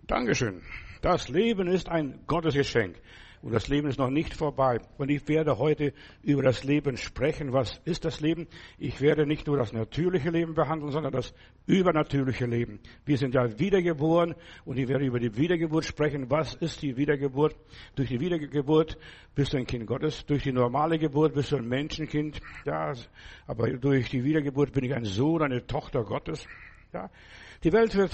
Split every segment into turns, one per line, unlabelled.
Dankeschön. Das Leben ist ein Gottesgeschenk. Und das Leben ist noch nicht vorbei. Und ich werde heute über das Leben sprechen. Was ist das Leben? Ich werde nicht nur das natürliche Leben behandeln, sondern das übernatürliche Leben. Wir sind ja wiedergeboren und ich werde über die Wiedergeburt sprechen. Was ist die Wiedergeburt? Durch die Wiedergeburt bist du ein Kind Gottes. Durch die normale Geburt bist du ein Menschenkind. Ja, aber durch die Wiedergeburt bin ich ein Sohn, eine Tochter Gottes. Ja, die Welt wird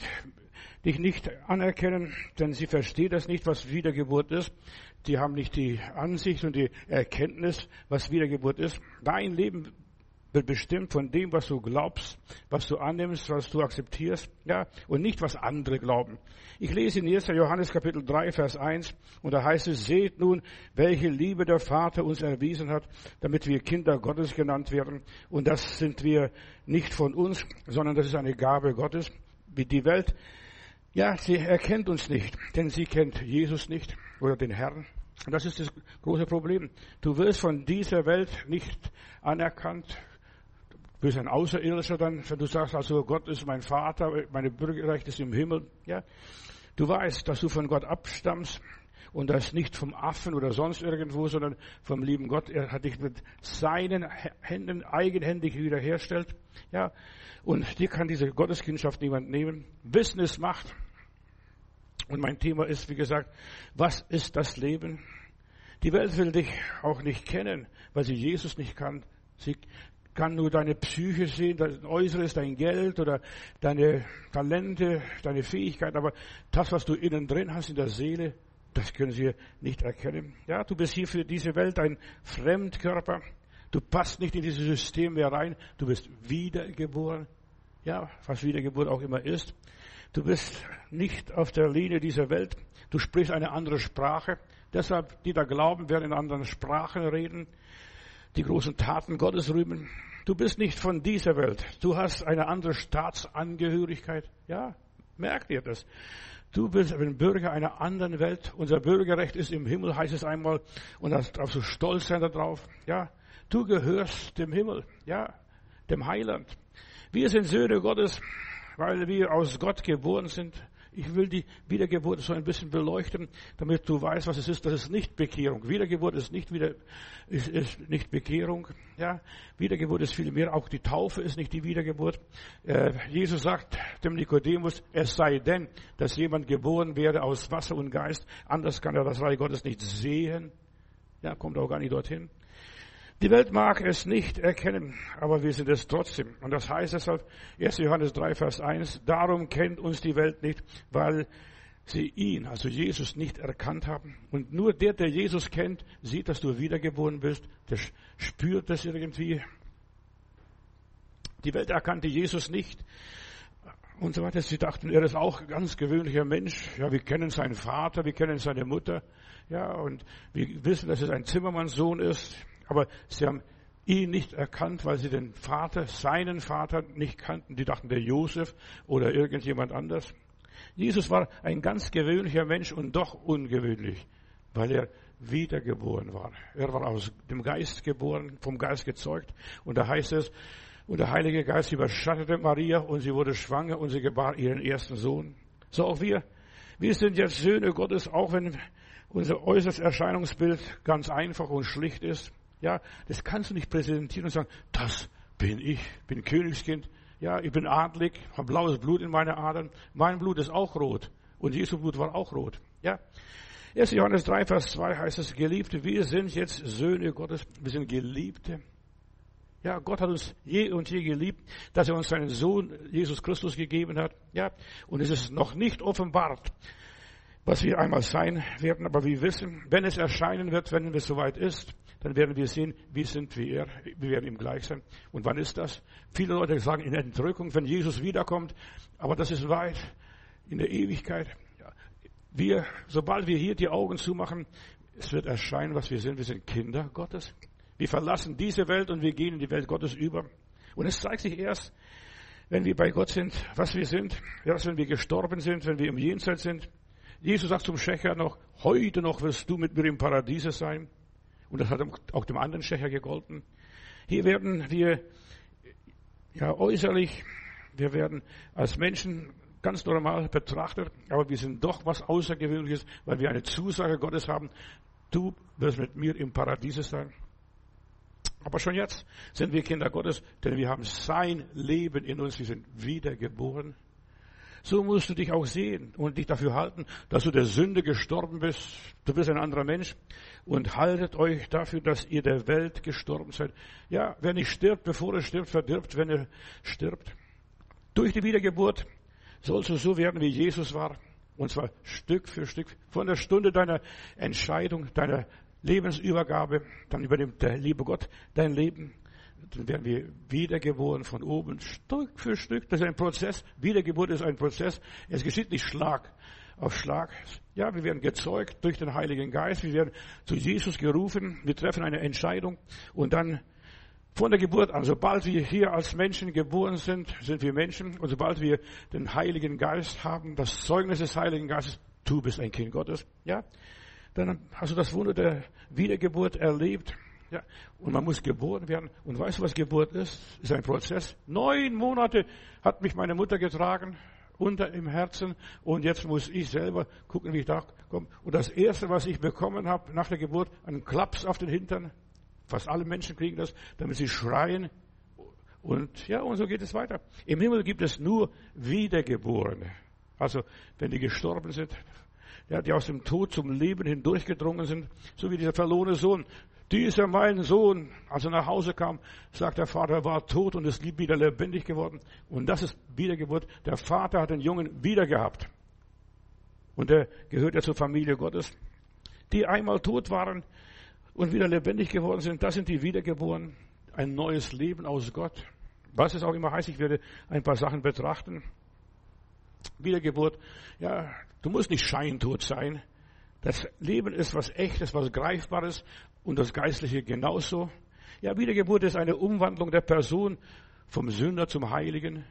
dich nicht anerkennen, denn sie versteht das nicht, was Wiedergeburt ist. Die haben nicht die Ansicht und die Erkenntnis, was Wiedergeburt ist. Dein Leben wird bestimmt von dem, was du glaubst, was du annimmst, was du akzeptierst, ja, und nicht, was andere glauben. Ich lese in 1. Johannes Kapitel 3, Vers 1, und da heißt es, seht nun, welche Liebe der Vater uns erwiesen hat, damit wir Kinder Gottes genannt werden. Und das sind wir nicht von uns, sondern das ist eine Gabe Gottes. Wie die Welt, ja, sie erkennt uns nicht, denn sie kennt Jesus nicht oder den Herrn. Und das ist das große Problem. Du wirst von dieser Welt nicht anerkannt. Du bist ein Außerirdischer dann, wenn du sagst, also Gott ist mein Vater, meine Bürgerrecht ist im Himmel. Ja, du weißt, dass du von Gott abstammst und das nicht vom Affen oder sonst irgendwo, sondern vom lieben Gott. Er hat dich mit seinen Händen eigenhändig wiederhergestellt. Ja, und dir kann diese Gotteskindschaft niemand nehmen. Wissen ist Macht. Und mein Thema ist, wie gesagt, was ist das Leben? Die Welt will dich auch nicht kennen, weil sie Jesus nicht kann. Sie kann nur deine Psyche sehen, dein Äußeres, dein Geld oder deine Talente, deine Fähigkeiten. Aber das, was du innen drin hast in der Seele, das können sie nicht erkennen. Ja, du bist hier für diese Welt ein Fremdkörper. Du passt nicht in dieses System mehr rein. Du bist wiedergeboren. Ja, was Wiedergeburt auch immer ist. Du bist nicht auf der Linie dieser Welt. Du sprichst eine andere Sprache. Deshalb, die da glauben, werden in anderen Sprachen reden. Die großen Taten Gottes rühmen. Du bist nicht von dieser Welt. Du hast eine andere Staatsangehörigkeit. Ja, merkt ihr das? Du bist ein Bürger einer anderen Welt. Unser Bürgerrecht ist im Himmel, heißt es einmal. Und da darfst du stolz sein darauf. Ja, du gehörst dem Himmel. Ja, dem Heiland. Wir sind Söhne Gottes, weil wir aus Gott geboren sind. Ich will die Wiedergeburt so ein bisschen beleuchten, damit du weißt, was es ist. Das ist nicht Bekehrung. Wiedergeburt ist nicht nicht Bekehrung. Ja, Wiedergeburt ist viel mehr. Auch die Taufe ist nicht die Wiedergeburt. Jesus sagt dem Nikodemus, es sei denn, dass jemand geboren werde aus Wasser und Geist. Anders kann er das Reich Gottes nicht sehen. Ja, kommt auch gar nicht dorthin. Die Welt mag es nicht erkennen, aber wir sind es trotzdem. Und das heißt deshalb, 1. Johannes 3, Vers 1, darum kennt uns die Welt nicht, weil sie ihn, also Jesus, nicht erkannt haben. Und nur der Jesus kennt, sieht, dass du wiedergeboren bist, der spürt das irgendwie. Die Welt erkannte Jesus nicht. Und so weiter. Sie dachten, er ist auch ein ganz gewöhnlicher Mensch. Ja, wir kennen seinen Vater, wir kennen seine Mutter. Ja, und wir wissen, dass es ein Zimmermannssohn ist. Aber sie haben ihn nicht erkannt, weil sie den Vater, seinen Vater nicht kannten. Die dachten, der Josef oder irgendjemand anders. Jesus war ein ganz gewöhnlicher Mensch und doch ungewöhnlich, weil er wiedergeboren war. Er war aus dem Geist geboren, vom Geist gezeugt. Und da heißt es, und der Heilige Geist überschattete Maria und sie wurde schwanger und sie gebar ihren ersten Sohn. So auch wir. Wir sind jetzt Söhne Gottes, auch wenn unser äußeres Erscheinungsbild ganz einfach und schlicht ist. Ja, das kannst du nicht präsentieren und sagen, das bin ich, bin Königskind. Ja, ich bin adlig, habe blaues Blut in meinen Adern. Mein Blut ist auch rot. Und Jesu Blut war auch rot. Ja. 1. Johannes 3, Vers 2 heißt es, Geliebte, wir sind jetzt Söhne Gottes. Wir sind Geliebte. Ja, Gott hat uns je und je geliebt, dass er uns seinen Sohn Jesus Christus gegeben hat. Ja. Und es ist noch nicht offenbart, was wir einmal sein werden. Aber wir wissen, wenn es erscheinen wird, wenn es soweit ist, dann werden wir sehen, wie sind wir. Wir werden ihm gleich sein. Und wann ist das? Viele Leute sagen in Entrückung, wenn Jesus wiederkommt. Aber das ist weit in der Ewigkeit. Ja. Sobald wir hier die Augen zumachen, es wird erscheinen, was wir sind. Wir sind Kinder Gottes. Wir verlassen diese Welt und wir gehen in die Welt Gottes über. Und es zeigt sich erst, wenn wir bei Gott sind, was wir sind. Erst wenn wir gestorben sind, wenn wir im Jenseits sind. Jesus sagt zum Schächer noch, heute noch wirst du mit mir im Paradiese sein. Und das hat auch dem anderen Schächer gegolten. Hier werden wir, ja, äußerlich, wir werden als Menschen ganz normal betrachtet, aber wir sind doch was Außergewöhnliches, weil wir eine Zusage Gottes haben. Du wirst mit mir im Paradiese sein. Aber schon jetzt sind wir Kinder Gottes, denn wir haben sein Leben in uns. Wir sind wiedergeboren. So musst du dich auch sehen und dich dafür halten, dass du der Sünde gestorben bist. Du bist ein anderer Mensch und haltet euch dafür, dass ihr der Welt gestorben seid. Ja, wer nicht stirbt, bevor er stirbt, verdirbt, wenn er stirbt. Durch die Wiedergeburt sollst du so werden, wie Jesus war. Und zwar Stück für Stück. Von der Stunde deiner Entscheidung, deiner Lebensübergabe, dann übernimmt der liebe Gott dein Leben. Dann werden wir wiedergeboren von oben, Stück für Stück. Das ist ein Prozess. Wiedergeburt ist ein Prozess. Es geschieht nicht Schlag auf Schlag. Ja, wir werden gezeugt durch den Heiligen Geist. Wir werden zu Jesus gerufen. Wir treffen eine Entscheidung. Und dann von der Geburt an, sobald wir hier als Menschen geboren sind, sind wir Menschen. Und sobald wir den Heiligen Geist haben, das Zeugnis des Heiligen Geistes, du bist ein Kind Gottes, ja, dann hast du das Wunder der Wiedergeburt erlebt. Ja, und man muss geboren werden. Und weißt du, was Geburt ist? Ist ein Prozess. 9 Monate hat mich meine Mutter getragen, unter im Herzen. Und jetzt muss ich selber gucken, wie ich da komme. Und das Erste, was ich bekommen habe nach der Geburt, einen Klaps auf den Hintern. Fast alle Menschen kriegen das, damit sie schreien. Und ja, und so geht es weiter. Im Himmel gibt es nur Wiedergeborene. Also, wenn die gestorben sind, ja, die aus dem Tod zum Leben hindurchgedrungen sind, so wie dieser verlorene Sohn. Dieser mein Sohn, als er nach Hause kam, sagt der Vater, war tot und ist wieder lebendig geworden. Und das ist Wiedergeburt. Der Vater hat den Jungen wiedergehabt. Und er gehört ja zur Familie Gottes. Die einmal tot waren und wieder lebendig geworden sind, das sind die Wiedergeborenen. Ein neues Leben aus Gott. Was es auch immer heißt, ich werde ein paar Sachen betrachten. Wiedergeburt, ja, du musst nicht scheintot sein. Das Leben ist was Echtes, was Greifbares und das Geistliche genauso. Ja, Wiedergeburt ist eine Umwandlung der Person vom Sünder zum Heiligen.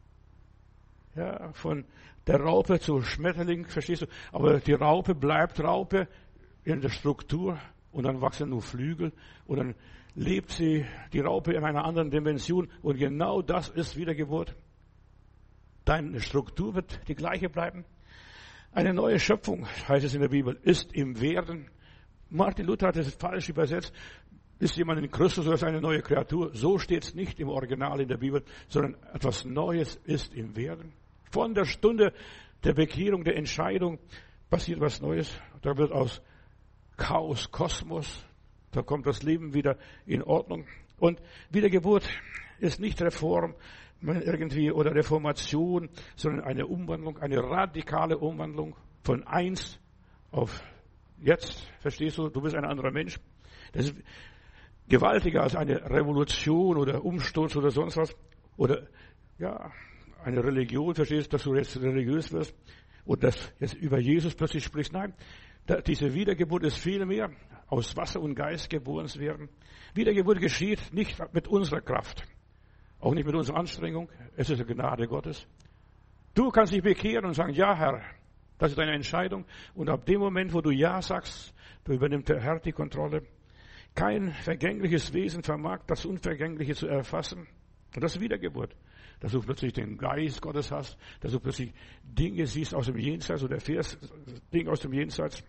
Ja, von der Raupe zu Schmetterling, verstehst du? Aber die Raupe bleibt Raupe in der Struktur und dann wachsen nur Flügel und dann lebt sie, die Raupe, in einer anderen Dimension und genau das ist Wiedergeburt. Deine Struktur wird die gleiche bleiben. Eine neue Schöpfung, heißt es in der Bibel, ist im Werden. Martin Luther hat es falsch übersetzt. Ist jemand in Christus oder ist eine neue Kreatur? So steht es nicht im Original in der Bibel, sondern etwas Neues ist im Werden. Von der Stunde der Bekehrung, der Entscheidung passiert was Neues. Da wird aus Chaos Kosmos, da kommt das Leben wieder in Ordnung. Und Wiedergeburt ist nicht Reform irgendwie oder Reformation, sondern eine Umwandlung, eine radikale Umwandlung von eins auf jetzt. Verstehst du? Du bist ein anderer Mensch. Das ist gewaltiger als eine Revolution oder Umsturz oder sonst was. Oder, ja, eine Religion, verstehst du, dass du jetzt religiös wirst und dass jetzt über Jesus plötzlich sprichst. Nein, diese Wiedergeburt ist viel mehr. Aus Wasser und Geist geboren zu werden. Wiedergeburt geschieht nicht mit unserer Kraft. Auch nicht mit unserer Anstrengung. Es ist eine Gnade Gottes. Du kannst dich bekehren und sagen, ja Herr, das ist deine Entscheidung. Und ab dem Moment, wo du Ja sagst, da übernimmt der Herr die Kontrolle. Kein vergängliches Wesen vermag das Unvergängliche zu erfassen. Und das ist Wiedergeburt. Dass du plötzlich den Geist Gottes hast, dass du plötzlich Dinge siehst aus dem Jenseits oder erfährst Dinge aus dem Jenseits.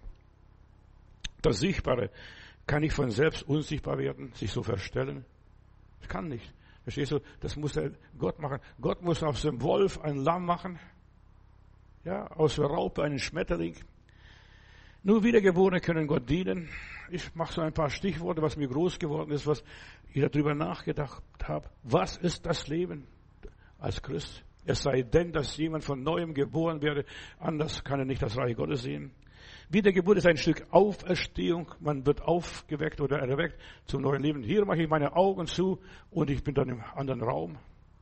Das Sichtbare kann nicht von selbst unsichtbar werden, sich so verstellen. Das kann nicht. Verstehst du? Das muss der Gott machen. Gott muss aus dem Wolf ein Lamm machen. Ja, aus der Raupe einen Schmetterling. Nur Wiedergeborene können Gott dienen. Ich mache so ein paar Stichworte, was mir groß geworden ist, was ich darüber nachgedacht habe. Was ist das Leben als Christ? Es sei denn, dass jemand von Neuem geboren werde. Anders kann er nicht das Reich Gottes sehen. Wiedergeburt ist ein Stück Auferstehung. Man wird aufgeweckt oder erweckt zum neuen Leben. Hier mache ich meine Augen zu und ich bin dann im anderen Raum.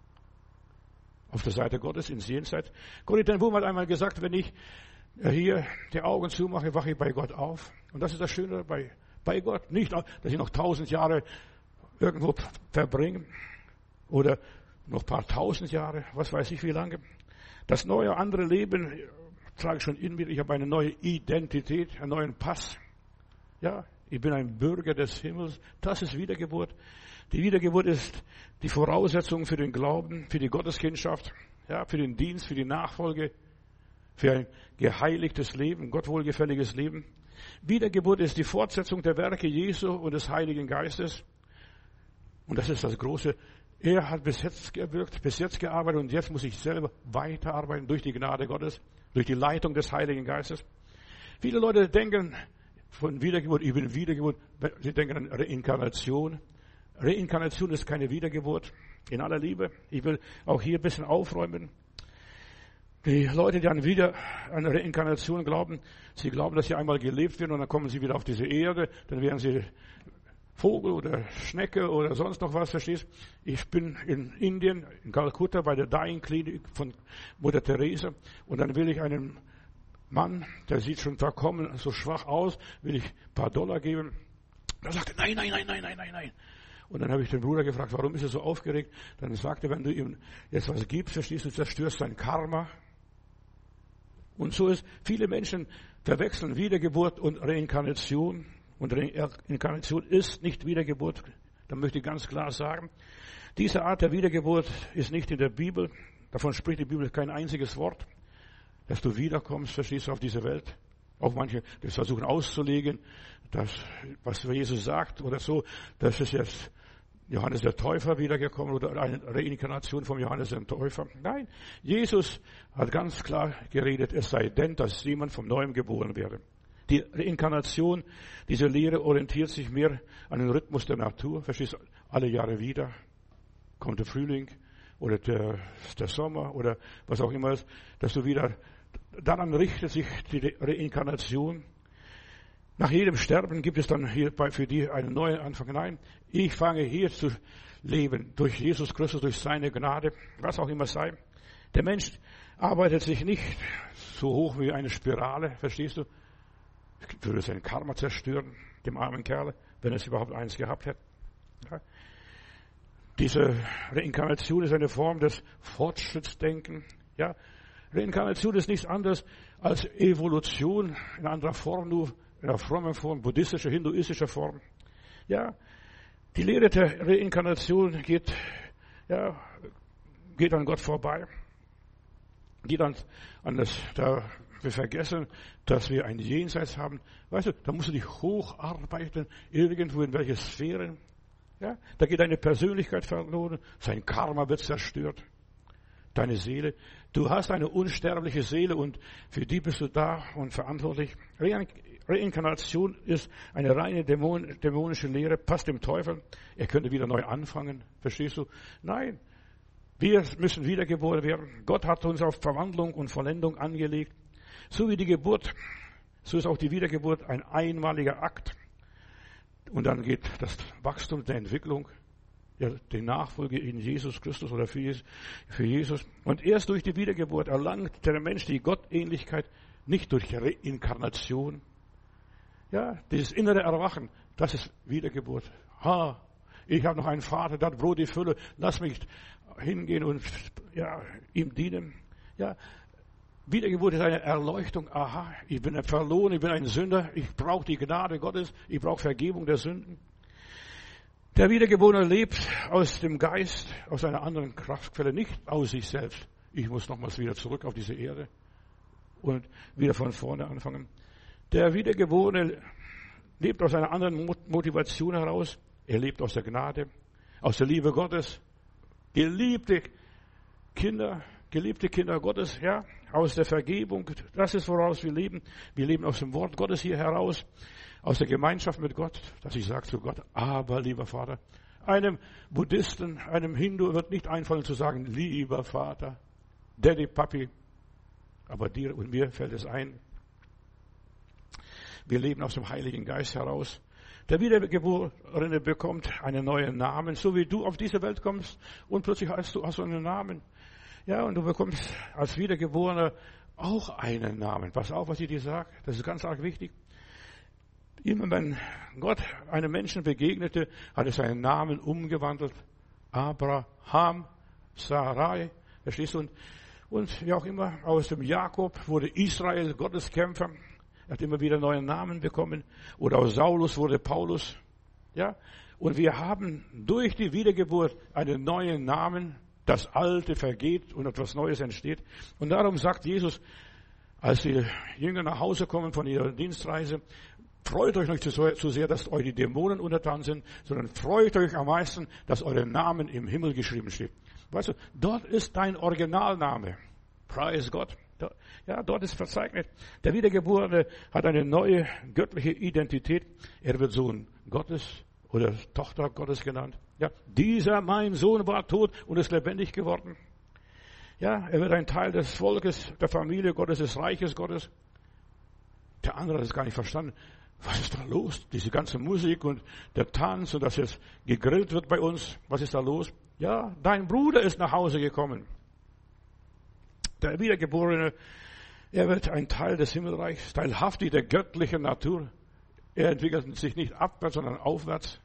Auf der Seite Gottes, ins Jenseits. Corrie ten Boom hat einmal gesagt, wenn ich hier die Augen zumache, wache ich bei Gott auf. Und das ist das Schöne bei Gott. Nicht, dass ich noch 1000 Jahre irgendwo verbringe oder noch ein paar tausend Jahre, was weiß ich wie lange. Das neue, andere Leben trage ich schon in mir. Ich habe eine neue Identität, einen neuen Pass. Ja, ich bin ein Bürger des Himmels. Das ist Wiedergeburt. Die Wiedergeburt ist die Voraussetzung für den Glauben, für die Gotteskindschaft. ja, für den Dienst, für die Nachfolge, für ein geheiligtes Leben, Gott wohlgefälliges Leben. Wiedergeburt ist die Fortsetzung der Werke Jesu und des Heiligen Geistes. Und das ist das Große. Er hat bis jetzt gewirkt, bis jetzt gearbeitet und jetzt muss ich selber weiterarbeiten durch die Gnade Gottes, durch die Leitung des Heiligen Geistes. Viele Leute denken von Wiedergeburt, ich bin Wiedergeburt, sie denken an Reinkarnation. Reinkarnation ist keine Wiedergeburt. In aller Liebe. Ich will auch hier ein bisschen aufräumen. Die Leute, die an Reinkarnation glauben, sie glauben, dass sie einmal gelebt werden und dann kommen sie wieder auf diese Erde, dann werden sie Vogel oder Schnecke oder sonst noch was, verstehst? Ich bin in Indien, in Kalkutta, bei der Dying Klinik von Mutter Teresa und dann will ich einem Mann, der sieht schon verkommen, so schwach aus, will ich ein paar Dollar geben. Da sagt er, nein. Und dann habe ich den Bruder gefragt, warum ist er so aufgeregt? Dann sagte er, wenn du ihm jetzt was gibst, verstehst du, zerstörst dein Karma. Und so ist, viele Menschen verwechseln Wiedergeburt und Reinkarnation. Und Reinkarnation ist nicht Wiedergeburt. Da möchte ich ganz klar sagen, diese Art der Wiedergeburt ist nicht in der Bibel. Davon spricht die Bibel kein einziges Wort, dass du wiederkommst, verstehst du, auf diese Welt. Auch manche das versuchen auszulegen, das, was Jesus sagt oder so, das ist jetzt Johannes der Täufer wiedergekommen oder eine Reinkarnation von Johannes dem Täufer. Nein, Jesus hat ganz klar geredet, es sei denn, dass jemand vom Neuem geboren werde. Die Reinkarnation, diese Lehre orientiert sich mehr an den Rhythmus der Natur. Verstehst du, alle Jahre wieder kommt der Frühling oder der Sommer oder was auch immer ist, dass du wieder, daran richtet sich die Reinkarnation. Nach jedem Sterben gibt es dann hier für die einen neuen Anfang. Nein, ich fange hier zu leben durch Jesus Christus, durch seine Gnade, was auch immer sei. Der Mensch arbeitet sich nicht so hoch wie eine Spirale, verstehst du? Würde sein Karma zerstören, dem armen Kerl, wenn es überhaupt eins gehabt hätte. Ja. Diese Reinkarnation ist eine Form des Fortschrittsdenken. Ja. Reinkarnation ist nichts anderes als Evolution in anderer Form, nur in einer frommen Form, buddhistischer, hinduistischer Form. Ja, die Lehre der Reinkarnation geht an Gott vorbei. Geht an das, wir vergessen, dass wir ein Jenseits haben. Weißt du, da musst du dich hocharbeiten, irgendwo in welche Sphären. Ja, da geht deine Persönlichkeit verloren, sein Karma wird zerstört. Deine Seele. Du hast eine unsterbliche Seele und für die bist du da und verantwortlich. Reinkarnation ist eine reine dämonische Lehre, passt dem Teufel. Er könnte wieder neu anfangen. Verstehst du? Nein. Wir müssen wiedergeboren werden. Gott hat uns auf Verwandlung und Vollendung angelegt. So wie die Geburt, so ist auch die Wiedergeburt ein einmaliger Akt. Und dann geht das Wachstum der Entwicklung, ja, die Nachfolge in Jesus Christus oder für Jesus. Und erst durch die Wiedergeburt erlangt der Mensch die Gottähnlichkeit, nicht durch Reinkarnation. Ja, dieses innere Erwachen, das ist Wiedergeburt. Ich habe noch einen Vater, der hat Brot die Fülle, lass mich hingehen und ihm dienen. Ja, Wiedergeburt ist eine Erleuchtung. Aha, ich bin verloren, ich bin ein Sünder, ich brauche die Gnade Gottes, ich brauche Vergebung der Sünden. Der Wiedergeborene lebt aus dem Geist, aus einer anderen Kraftquelle, nicht aus sich selbst. Ich muss nochmals wieder zurück auf diese Erde und wieder von vorne anfangen. Der Wiedergeborene lebt aus einer anderen Motivation heraus. Er lebt aus der Gnade, aus der Liebe Gottes. Geliebte Kinder Gottes, ja, aus der Vergebung. Das ist, woraus wir leben. Wir leben aus dem Wort Gottes hier heraus, aus der Gemeinschaft mit Gott, dass ich sage zu Gott, aber lieber Vater. Einem Buddhisten, einem Hindu wird nicht einfallen zu sagen, lieber Vater, Daddy, Papi. Aber dir und mir fällt es ein. Wir leben aus dem Heiligen Geist heraus. Der Wiedergeborene bekommt einen neuen Namen, so wie du auf diese Welt kommst und plötzlich hast du einen Namen. Ja, und du bekommst als Wiedergeborener auch einen Namen. Pass auf, was ich dir sage. Das ist ganz arg wichtig. Immer wenn Gott einem Menschen begegnete, hat er seinen Namen umgewandelt. Abraham, Sarai, verstehst du? Und wie auch immer, aus dem Jakob wurde Israel, Gottes Kämpfer. Er hat immer wieder neue Namen bekommen. Oder aus Saulus wurde Paulus. Ja? Und wir haben durch die Wiedergeburt einen neuen Namen. Das Alte vergeht und etwas Neues entsteht. Und darum sagt Jesus, als die Jünger nach Hause kommen von ihrer Dienstreise, freut euch nicht zu sehr, dass euch die Dämonen untertan sind, sondern freut euch am meisten, dass eure Namen im Himmel geschrieben steht. Weißt du, dort ist dein Originalname. Preis Gott. Ja, dort ist verzeichnet. Der Wiedergeborene hat eine neue göttliche Identität. Er wird Sohn Gottes oder Tochter Gottes genannt. Ja, dieser mein Sohn war tot und ist lebendig geworden. Ja, er wird ein Teil des Volkes, der Familie Gottes, des Reiches Gottes. Der andere hat es gar nicht verstanden. Was ist da los? Diese ganze Musik und der Tanz und dass jetzt gegrillt wird bei uns. Was ist da los? Ja, dein Bruder ist nach Hause gekommen. Der Wiedergeborene, er wird ein Teil des Himmelreichs, teilhaftig der göttlichen Natur. Er entwickelt sich nicht abwärts, sondern aufwärts.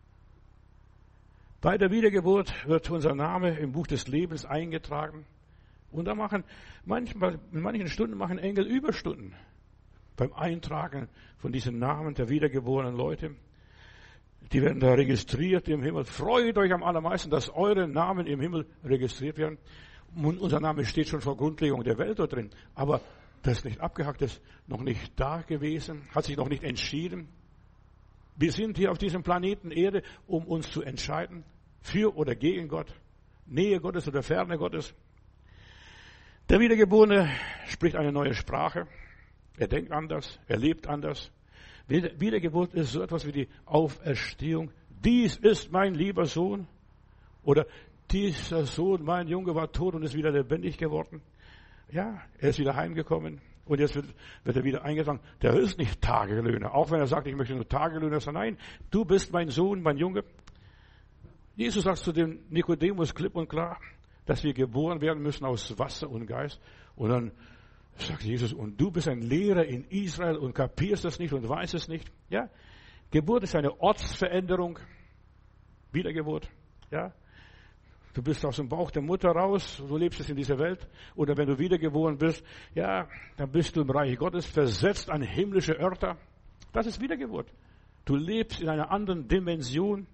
Bei der Wiedergeburt wird unser Name im Buch des Lebens eingetragen. Und da in manchen Stunden machen Engel Überstunden beim Eintragen von diesen Namen der wiedergeborenen Leute. Die werden da registriert im Himmel. Freut euch am allermeisten, dass eure Namen im Himmel registriert werden. Und unser Name steht schon vor Grundlegung der Welt dort drin. Aber das ist nicht abgehackt, das ist noch nicht da gewesen, hat sich noch nicht entschieden. Wir sind hier auf diesem Planeten Erde, um uns zu entscheiden, für oder gegen Gott, Nähe Gottes oder Ferne Gottes. Der Wiedergeborene spricht eine neue Sprache. Er denkt anders, er lebt anders. Wiedergeburt ist so etwas wie die Auferstehung. Dies ist mein lieber Sohn. Oder dieser Sohn, mein Junge, war tot und ist wieder lebendig geworden. Ja, er ist wieder heimgekommen. Und jetzt wird er wieder eingetragen. Der ist nicht Tagelöhner. Auch wenn er sagt, ich möchte nur Tagelöhner sein. Nein, du bist mein Sohn, mein Junge. Jesus sagt zu dem Nikodemus klipp und klar, dass wir geboren werden müssen aus Wasser und Geist. Und dann sagt Jesus, und du bist ein Lehrer in Israel und kapierst das nicht und weißt es nicht. Ja, Geburt ist eine Ortsveränderung. Wiedergeburt. Ja, du bist aus dem Bauch der Mutter raus, du lebst es in dieser Welt. Oder wenn du wiedergeboren bist, ja, dann bist du im Reich Gottes versetzt an himmlische Örter. Das ist Wiedergeburt. Du lebst in einer anderen Dimension.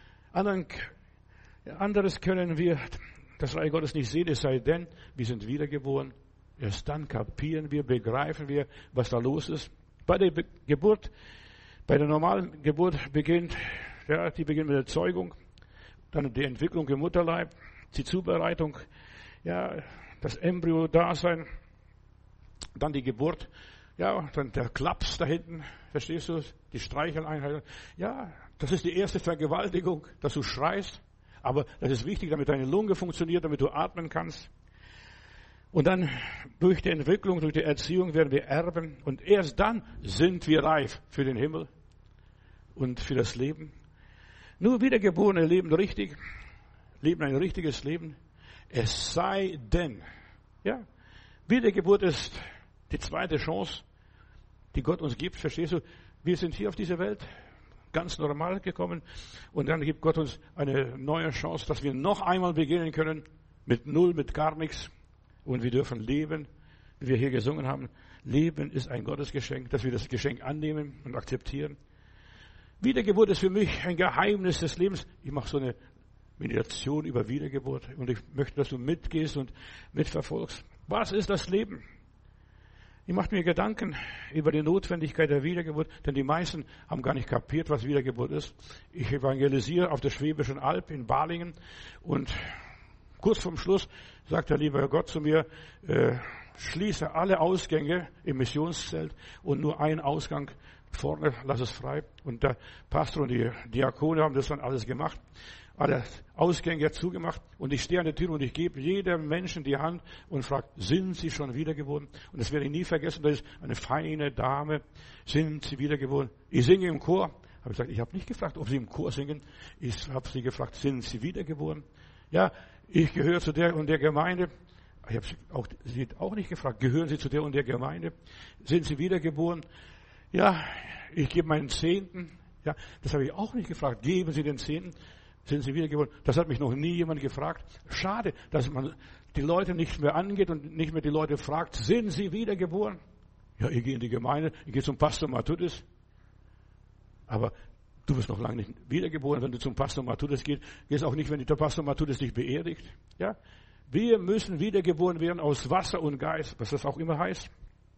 Anderes können wir das Reich Gottes nicht sehen, es sei denn, wir sind wiedergeboren. Erst dann kapieren wir, begreifen wir, was da los ist. Bei der Geburt, bei der normalen Geburt beginnt mit der Zeugung, dann die Entwicklung im Mutterleib, die Zubereitung, ja, das Embryo-Dasein, dann die Geburt, ja, dann der Klaps da hinten, verstehst du, die Streicheleinheit. Ja, das ist die erste Vergewaltigung, dass du schreist. Aber das ist wichtig, damit deine Lunge funktioniert, damit du atmen kannst. Und dann durch die Entwicklung, durch die Erziehung werden wir erben. Und erst dann sind wir reif für den Himmel und für das Leben. Nur Wiedergeborene leben richtig, leben ein richtiges Leben. Es sei denn, ja, Wiedergeburt ist die zweite Chance, die Gott uns gibt. Verstehst du? Wir sind hier auf dieser Welt ganz normal gekommen und dann gibt Gott uns eine neue Chance, dass wir noch einmal beginnen können mit null, mit gar nichts und wir dürfen leben, wie wir hier gesungen haben. Leben ist ein Gottesgeschenk, dass wir das Geschenk annehmen und akzeptieren. Wiedergeburt ist für mich ein Geheimnis des Lebens. Ich mache so eine Meditation über Wiedergeburt und ich möchte, dass du mitgehst und mitverfolgst. Was ist das Leben? Ich mache mir Gedanken über die Notwendigkeit der Wiedergeburt, denn die meisten haben gar nicht kapiert, was Wiedergeburt ist. Ich evangelisiere auf der Schwäbischen Alb in Balingen und kurz vorm Schluss sagt der liebe Gott zu mir, schließe alle Ausgänge im Missionszelt und nur einen Ausgang vorne, lass es frei. Und der Pastor und die Diakone haben das dann alles gemacht. Alle Ausgänge zugemacht und ich stehe an der Tür und ich gebe jedem Menschen die Hand und frage, sind Sie schon wiedergeboren? Und das werde ich nie vergessen, das ist eine feine Dame, sind Sie wiedergeboren? Ich singe im Chor. Habe ich gesagt, ich habe nicht gefragt, ob Sie im Chor singen. Ich habe Sie gefragt, sind Sie wiedergeboren? Ja, ich gehöre zu der und der Gemeinde. Ich habe Sie auch nicht gefragt, gehören Sie zu der und der Gemeinde? Sind Sie wiedergeboren? Ja, ich gebe meinen Zehnten. Ja, das habe ich auch nicht gefragt. Geben Sie den Zehnten? Sind Sie wiedergeboren? Das hat mich noch nie jemand gefragt. Schade, dass man die Leute nicht mehr angeht und nicht mehr die Leute fragt, sind Sie wiedergeboren? Ja, ich gehe in die Gemeinde, ich gehe zum Pastor Matthäus. Aber Du wirst noch lange nicht wiedergeboren, wenn du zum Pastor Matthäus gehst auch nicht, wenn der Pastor Matthäus dich beerdigt. Ja? Wir müssen wiedergeboren werden aus Wasser und Geist, was das auch immer heißt.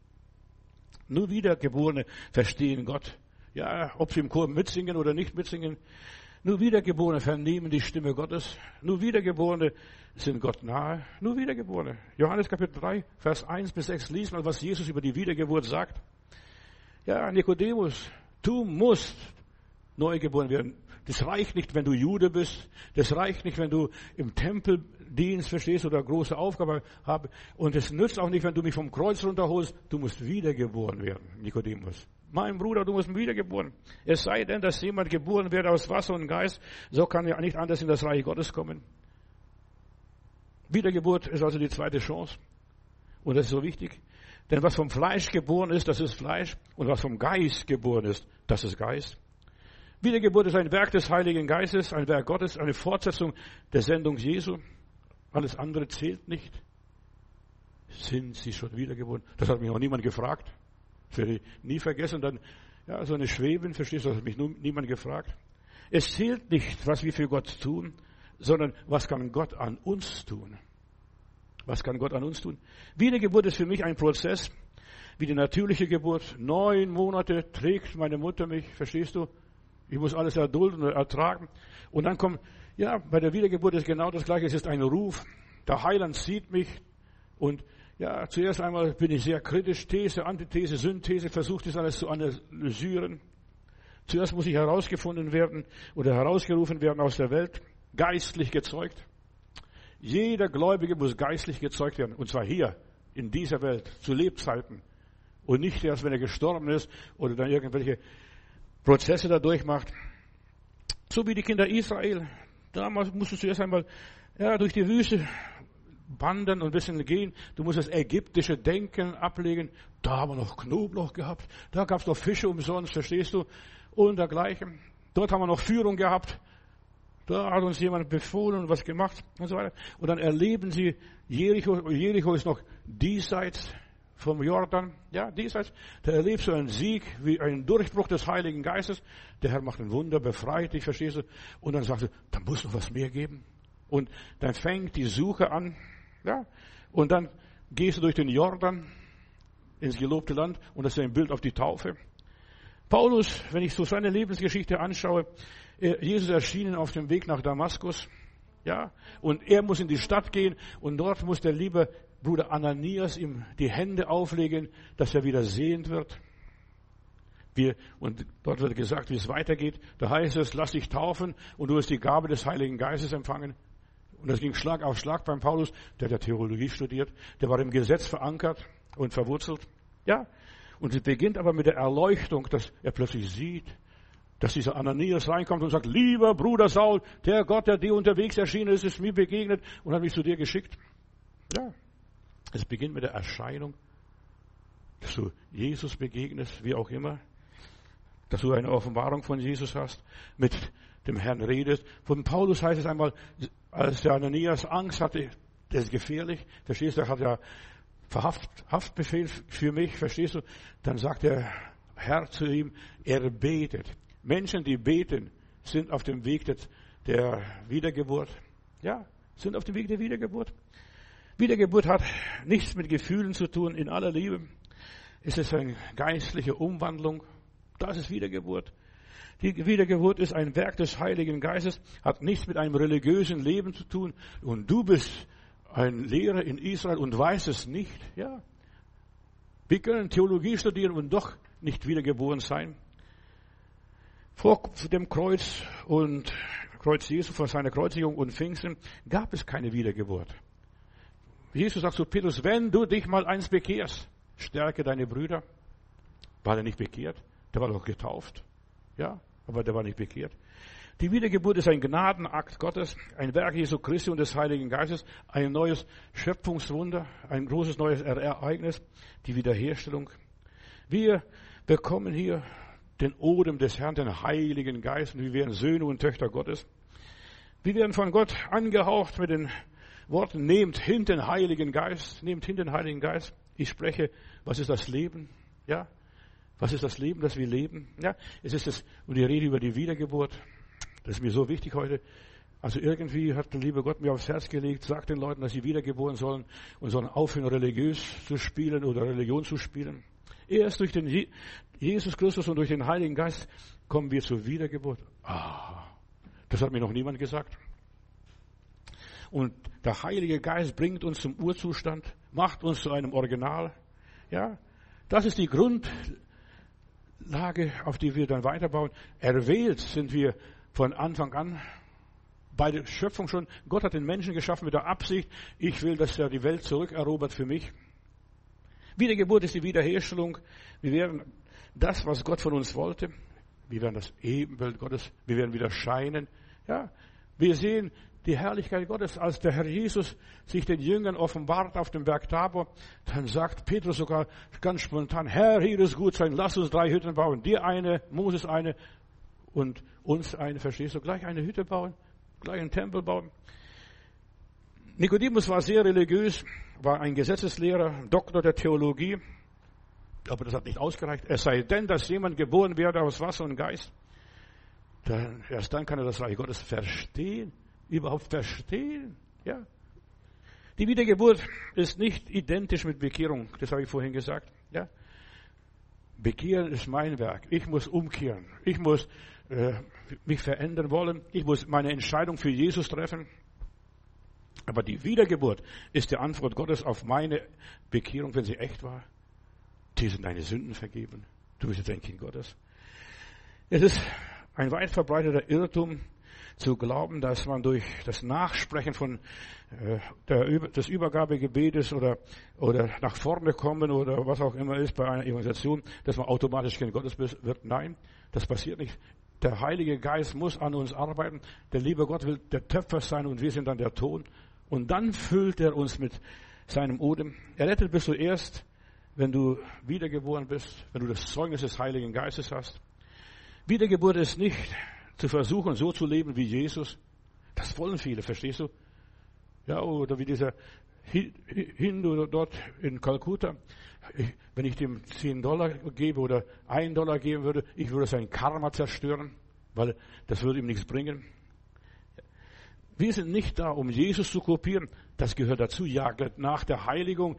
Nur Wiedergeborene verstehen Gott. Ja, ob sie im Chor mitsingen oder nicht mitsingen. Nur Wiedergeborene vernehmen die Stimme Gottes. Nur Wiedergeborene sind Gott nahe. Nur Wiedergeborene. Johannes Kapitel 3, Vers 1 bis 6. Lies mal, was Jesus über die Wiedergeburt sagt. Ja, Nikodemus, du musst neu geboren werden. Das reicht nicht, wenn du Jude bist. Das reicht nicht, wenn du im Tempel dienst, verstehst, oder große Aufgabe hast. Und es nützt auch nicht, wenn du mich vom Kreuz runterholst. Du musst wiedergeboren werden, Nikodemus. Mein Bruder, du musst wiedergeboren. Es sei denn, dass jemand geboren wird aus Wasser und Geist, so kann er nicht anders in das Reich Gottes kommen. Wiedergeburt ist also die zweite Chance. Und das ist so wichtig. Denn was vom Fleisch geboren ist, das ist Fleisch. Und was vom Geist geboren ist, das ist Geist. Wiedergeburt ist ein Werk des Heiligen Geistes, ein Werk Gottes, eine Fortsetzung der Sendung Jesu. Alles andere zählt nicht. Sind sie schon wiedergeboren? Das hat mich auch niemand gefragt. Das werde ich nie vergessen. Dann, ja, so eine Schweben, verstehst du, das hat mich niemand gefragt. Es zählt nicht, was wir für Gott tun, sondern was kann Gott an uns tun? Was kann Gott an uns tun? Wiedergeburt ist für mich ein Prozess, wie die natürliche Geburt. 9 Monate trägt meine Mutter mich, verstehst du? Ich muss alles erdulden und ertragen. Und dann kommt, ja, bei der Wiedergeburt ist genau das Gleiche. Es ist ein Ruf. Der Heiland sieht mich. Und ja, zuerst einmal bin ich sehr kritisch. These, Antithese, Synthese, versuche das alles zu analysieren. Zuerst muss ich herausgefunden werden oder herausgerufen werden aus der Welt. Geistlich gezeugt. Jeder Gläubige muss geistlich gezeugt werden. Und zwar hier, in dieser Welt, zu Lebzeiten. Und nicht erst, wenn er gestorben ist oder dann irgendwelche Prozesse da durchmacht. So wie die Kinder Israel. Damals musstest du erst einmal durch die Wüste wandern und ein bisschen gehen. Du musst das ägyptische Denken ablegen. Da haben wir noch Knoblauch gehabt. Da gab es noch Fische umsonst, verstehst du? Und dergleichen. Dort haben wir noch Führung gehabt. Da hat uns jemand befohlen und was gemacht und so weiter. Und dann erleben sie Jericho. Jericho ist noch diesseits vom Jordan, ja, diesseits, da erlebst du einen Sieg, wie einen Durchbruch des Heiligen Geistes. Der Herr macht ein Wunder, befreit dich, verstehst du? Und dann sagst du, da muss noch was mehr geben. Und dann fängt die Suche an, ja. Und dann gehst du durch den Jordan ins gelobte Land und das ist ein Bild auf die Taufe. Paulus, wenn ich so seine Lebensgeschichte anschaue, Jesus erschienen auf dem Weg nach Damaskus, ja. Und er muss in die Stadt gehen und dort muss der liebe Bruder Ananias ihm die Hände auflegen, dass er wieder sehend wird. Und dort wird gesagt, wie es weitergeht. Da heißt es, lass dich taufen und du wirst die Gabe des Heiligen Geistes empfangen. Und das ging Schlag auf Schlag beim Paulus. Der hat ja Theologie studiert. Der war im Gesetz verankert und verwurzelt. Ja. Und es beginnt aber mit der Erleuchtung, dass er plötzlich sieht, dass dieser Ananias reinkommt und sagt, lieber Bruder Saul, der Gott, der dir unterwegs erschienen ist, ist mir begegnet und hat mich zu dir geschickt. Ja. Es beginnt mit der Erscheinung, dass du Jesus begegnest, wie auch immer, dass du eine Offenbarung von Jesus hast, mit dem Herrn redest. Von Paulus heißt es einmal, als der Ananias Angst hatte, das ist gefährlich, verstehst du, er hat ja Haftbefehl für mich, verstehst du, dann sagt der Herr zu ihm, er betet. Menschen, die beten, sind auf dem Weg der Wiedergeburt. Ja, sind auf dem Weg der Wiedergeburt. Wiedergeburt hat nichts mit Gefühlen zu tun, in aller Liebe. Es ist eine geistliche Umwandlung. Das ist Wiedergeburt. Die Wiedergeburt ist ein Werk des Heiligen Geistes, hat nichts mit einem religiösen Leben zu tun. Und du bist ein Lehrer in Israel und weißt es nicht. Ja, wir können Theologie studieren und doch nicht wiedergeboren sein. Vor dem Kreuz Jesu, vor seiner Kreuzigung und Pfingsten gab es keine Wiedergeburt. Jesus sagt zu Petrus, wenn du dich mal eins bekehrst, stärke deine Brüder. War er nicht bekehrt? Der war doch getauft. Ja, aber der war nicht bekehrt. Die Wiedergeburt ist ein Gnadenakt Gottes, ein Werk Jesu Christi und des Heiligen Geistes, ein neues Schöpfungswunder, ein großes neues Ereignis, die Wiederherstellung. Wir bekommen hier den Odem des Herrn, den Heiligen Geist, und wir werden Söhne und Töchter Gottes. Wir werden von Gott angehaucht mit den Worten, nehmt hin den Heiligen Geist, nehmt hin den Heiligen Geist. Ich spreche, was ist das Leben? Ja, Was ist das Leben, das wir leben? Ja, es ist das, und die Rede über die Wiedergeburt. Das ist mir so wichtig heute. Also irgendwie hat der liebe Gott mir aufs Herz gelegt, sagt den Leuten, dass sie wiedergeboren sollen und sollen aufhören, religiös zu spielen oder Religion zu spielen. Erst durch den Jesus Christus und durch den Heiligen Geist kommen wir zur Wiedergeburt. Das hat mir noch niemand gesagt. Und der Heilige Geist bringt uns zum Urzustand, macht uns zu einem Original. Ja, das ist die Grundlage, auf die wir dann weiterbauen. Erwählt sind wir von Anfang an. Bei der Schöpfung schon. Gott hat den Menschen geschaffen mit der Absicht, ich will, dass er die Welt zurückerobert für mich. Wiedergeburt ist die Wiederherstellung. Wir werden das, was Gott von uns wollte, wir werden das Ebenbild Gottes, wir werden wieder scheinen. Ja, wir sehen die Herrlichkeit Gottes, als der Herr Jesus sich den Jüngern offenbart auf dem Berg Tabor, dann sagt Petrus sogar ganz spontan, Herr, hier ist gut sein, lass uns 3 Hütten bauen. Dir eine, Moses eine und uns eine, verstehst du, gleich eine Hütte bauen, gleich einen Tempel bauen. Nikodemus war sehr religiös, war ein Gesetzeslehrer, Doktor der Theologie, aber das hat nicht ausgereicht. Es sei denn, dass jemand geboren werde aus Wasser und Geist. Erst dann kann er das Reich Gottes verstehen, überhaupt verstehen. Ja. Die Wiedergeburt ist nicht identisch mit Bekehrung, das habe ich vorhin gesagt. Ja. Bekehren ist mein Werk. Ich muss umkehren. Ich muss mich verändern wollen. Ich muss meine Entscheidung für Jesus treffen. Aber die Wiedergeburt ist die Antwort Gottes auf meine Bekehrung, wenn sie echt war. Dir sind deine Sünden vergeben. Du bist jetzt ein Kind Gottes. Es ist ein weit verbreiteter Irrtum zu glauben, dass man durch das Nachsprechen von des Übergabegebetes oder nach vorne kommen oder was auch immer ist bei einer Evangelisation, dass man automatisch Kind Gottes wird. Nein, das passiert nicht. Der Heilige Geist muss an uns arbeiten. Der liebe Gott will der Töpfer sein und wir sind dann der Ton. Und dann füllt er uns mit seinem Odem. Errettet bist du erst, wenn du wiedergeboren bist, wenn du das Zeugnis des Heiligen Geistes hast. Wiedergeburt ist nicht zu versuchen, so zu leben wie Jesus. Das wollen viele, verstehst du? Ja, oder wie dieser Hindu dort in Kalkutta. Wenn ich dem $10 gebe oder $1 geben würde, ich würde sein Karma zerstören, weil das würde ihm nichts bringen. Wir sind nicht da, um Jesus zu kopieren. Das gehört dazu. Ja, nach der Heiligung,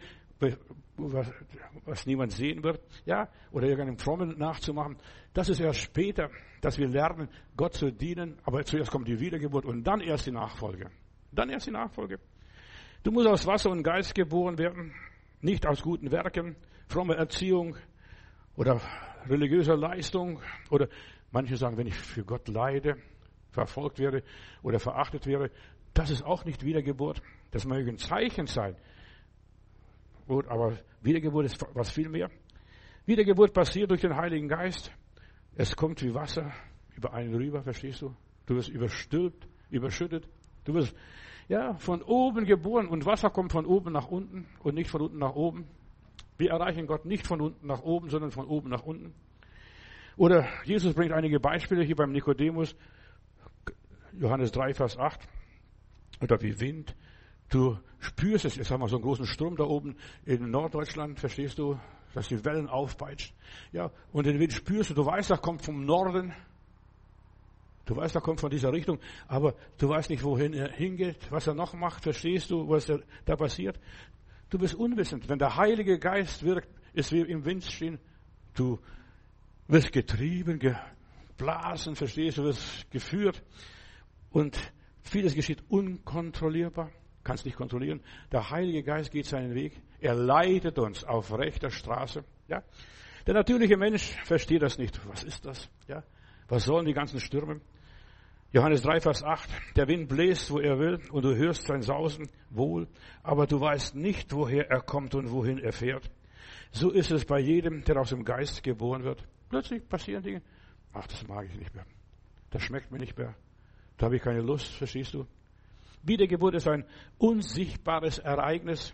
was niemand sehen wird, ja, oder irgendeinem Frommen nachzumachen. Das ist erst später, dass wir lernen, Gott zu dienen. Aber zuerst kommt die Wiedergeburt und dann erst die Nachfolge. Dann erst die Nachfolge. Du musst aus Wasser und Geist geboren werden, nicht aus guten Werken, fromme Erziehung oder religiöser Leistung. Oder manche sagen, wenn ich für Gott leide, verfolgt werde oder verachtet werde, das ist auch nicht Wiedergeburt. Das mögen Zeichen sein. Gut, aber Wiedergeburt ist was viel mehr. Wiedergeburt passiert durch den Heiligen Geist. Es kommt wie Wasser über einen rüber, verstehst du? Du wirst überschüttet. Du wirst von oben geboren und Wasser kommt von oben nach unten und nicht von unten nach oben. Wir erreichen Gott nicht von unten nach oben, sondern von oben nach unten. Oder Jesus bringt einige Beispiele hier beim Nikodemus. Johannes 3, Vers 8. Oder wie Wind. Du spürst es. Jetzt haben wir so einen großen Sturm da oben in Norddeutschland, verstehst du, dass die Wellen aufpeitscht. Ja, und den Wind spürst du. Du weißt, er kommt vom Norden. Du weißt, er kommt von dieser Richtung, aber du weißt nicht, wohin er hingeht, was er noch macht. Verstehst du, was da passiert? Du bist unwissend. Wenn der Heilige Geist wirkt, ist wie im Wind stehen. Du wirst getrieben, geblasen, verstehst du, wirst geführt. Und vieles geschieht unkontrollierbar. Kannst nicht kontrollieren. Der Heilige Geist geht seinen Weg. Er leitet uns auf rechter Straße. Ja? Der natürliche Mensch versteht das nicht. Was ist das? Ja? Was sollen die ganzen Stürme? Johannes 3, Vers 8. Der Wind bläst, wo er will, und du hörst sein Sausen wohl, aber du weißt nicht, woher er kommt und wohin er fährt. So ist es bei jedem, der aus dem Geist geboren wird. Plötzlich passieren Dinge. Ach, das mag ich nicht mehr. Das schmeckt mir nicht mehr. Da habe ich keine Lust, verstehst du? Wiedergeburt ist ein unsichtbares Ereignis,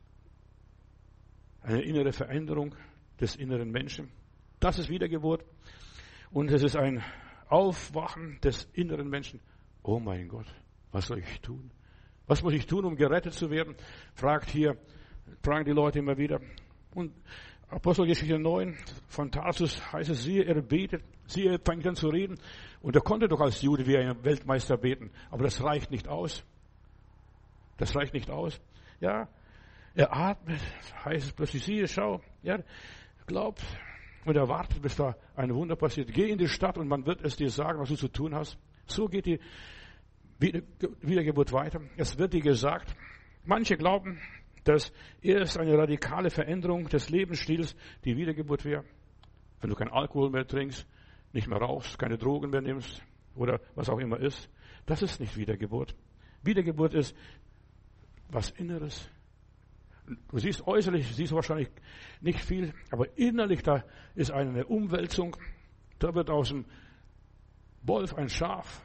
eine innere Veränderung des inneren Menschen. Das ist Wiedergeburt. Und es ist ein Aufwachen des inneren Menschen. Oh mein Gott, was soll ich tun? Was muss ich tun, um gerettet zu werden? Fragen die Leute immer wieder. Und Apostelgeschichte 9, von Tarsus heißt es, siehe, er betet, siehe, er fängt an zu reden. Und er konnte doch als Jude wie ein Weltmeister beten. Aber das reicht nicht aus. Das reicht nicht aus. Ja, er atmet, heißt es plötzlich, siehe, schau, ja, glaubt und er wartet, bis da ein Wunder passiert. Geh in die Stadt und man wird es dir sagen, was du zu tun hast. So geht die Wiedergeburt weiter. Es wird dir gesagt. Manche glauben, dass erst eine radikale Veränderung des Lebensstils die Wiedergeburt wäre. Wenn du keinen Alkohol mehr trinkst, nicht mehr rauchst, keine Drogen mehr nimmst oder was auch immer ist. Das ist nicht Wiedergeburt. Wiedergeburt ist was Inneres. Du siehst äußerlich, siehst du wahrscheinlich nicht viel, aber innerlich da ist eine Umwälzung. Da wird aus dem Wolf ein Schaf.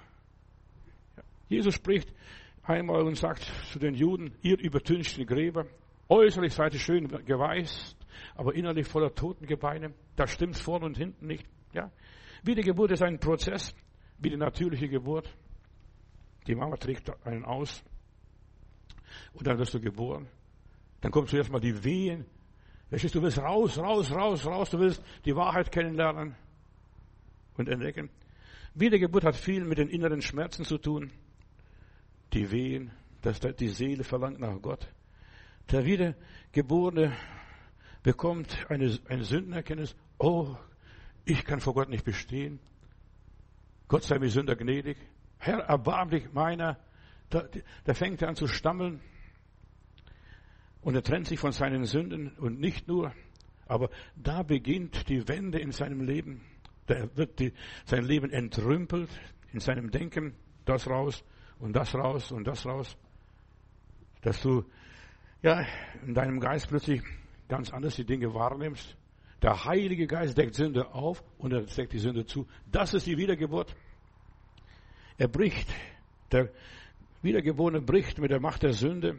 Jesus spricht einmal und sagt zu den Juden, ihr übertünchten Gräber, äußerlich seid ihr schön geweißt, aber innerlich voller Totengebeine. Da stimmt vorne und hinten nicht. Ja? Wiedergeburt ist ein Prozess, wie die natürliche Geburt. Die Mama trägt einen aus und dann wirst du geboren. Dann kommt zuerst mal die Wehen. Du willst raus. Du willst die Wahrheit kennenlernen und entdecken. Wiedergeburt hat viel mit den inneren Schmerzen zu tun. Die Wehen, dass die Seele verlangt nach Gott. Der Wiedergeborene bekommt eine Sündenerkenntnis. Oh, ich kann vor Gott nicht bestehen. Gott sei mir Sünder gnädig. Herr, erbarm dich meiner. Da fängt er an zu stammeln. Und er trennt sich von seinen Sünden und nicht nur. Aber da beginnt die Wende in seinem Leben. Da wird sein Leben entrümpelt in seinem Denken. Das raus und das raus und das raus. Dass du in deinem Geist plötzlich ganz anders die Dinge wahrnimmst. Der Heilige Geist deckt Sünde auf und er deckt die Sünde zu. Das ist die Wiedergeburt. Der Wiedergeborene bricht mit der Macht der Sünde.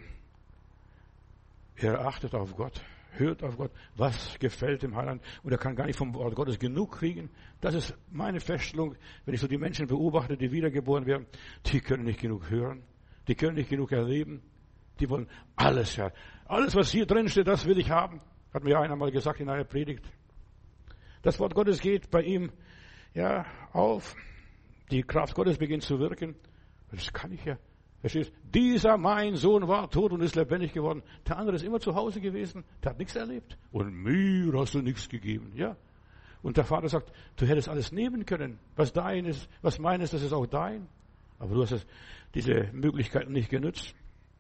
Er achtet auf Gott, hört auf Gott, was gefällt dem Heiland. Und er kann gar nicht vom Wort Gottes genug kriegen. Das ist meine Feststellung, wenn ich so die Menschen beobachte, die wiedergeboren werden. Die können nicht genug hören, die können nicht genug erleben. Die wollen alles, Herr. Alles, was hier drin steht, das will ich haben. Hat mir einer mal gesagt in einer Predigt. Das Wort Gottes geht bei ihm, auf. Die Kraft Gottes beginnt zu wirken. Das kann ich ja. Verstehst? Dieser mein Sohn war tot und ist lebendig geworden. Der andere ist immer zu Hause gewesen. Der hat nichts erlebt. Und mir hast du nichts gegeben. Ja. Und der Vater sagt, du hättest alles nehmen können. Was dein ist, was mein ist, das ist auch dein. Aber du hast diese Möglichkeiten nicht genutzt.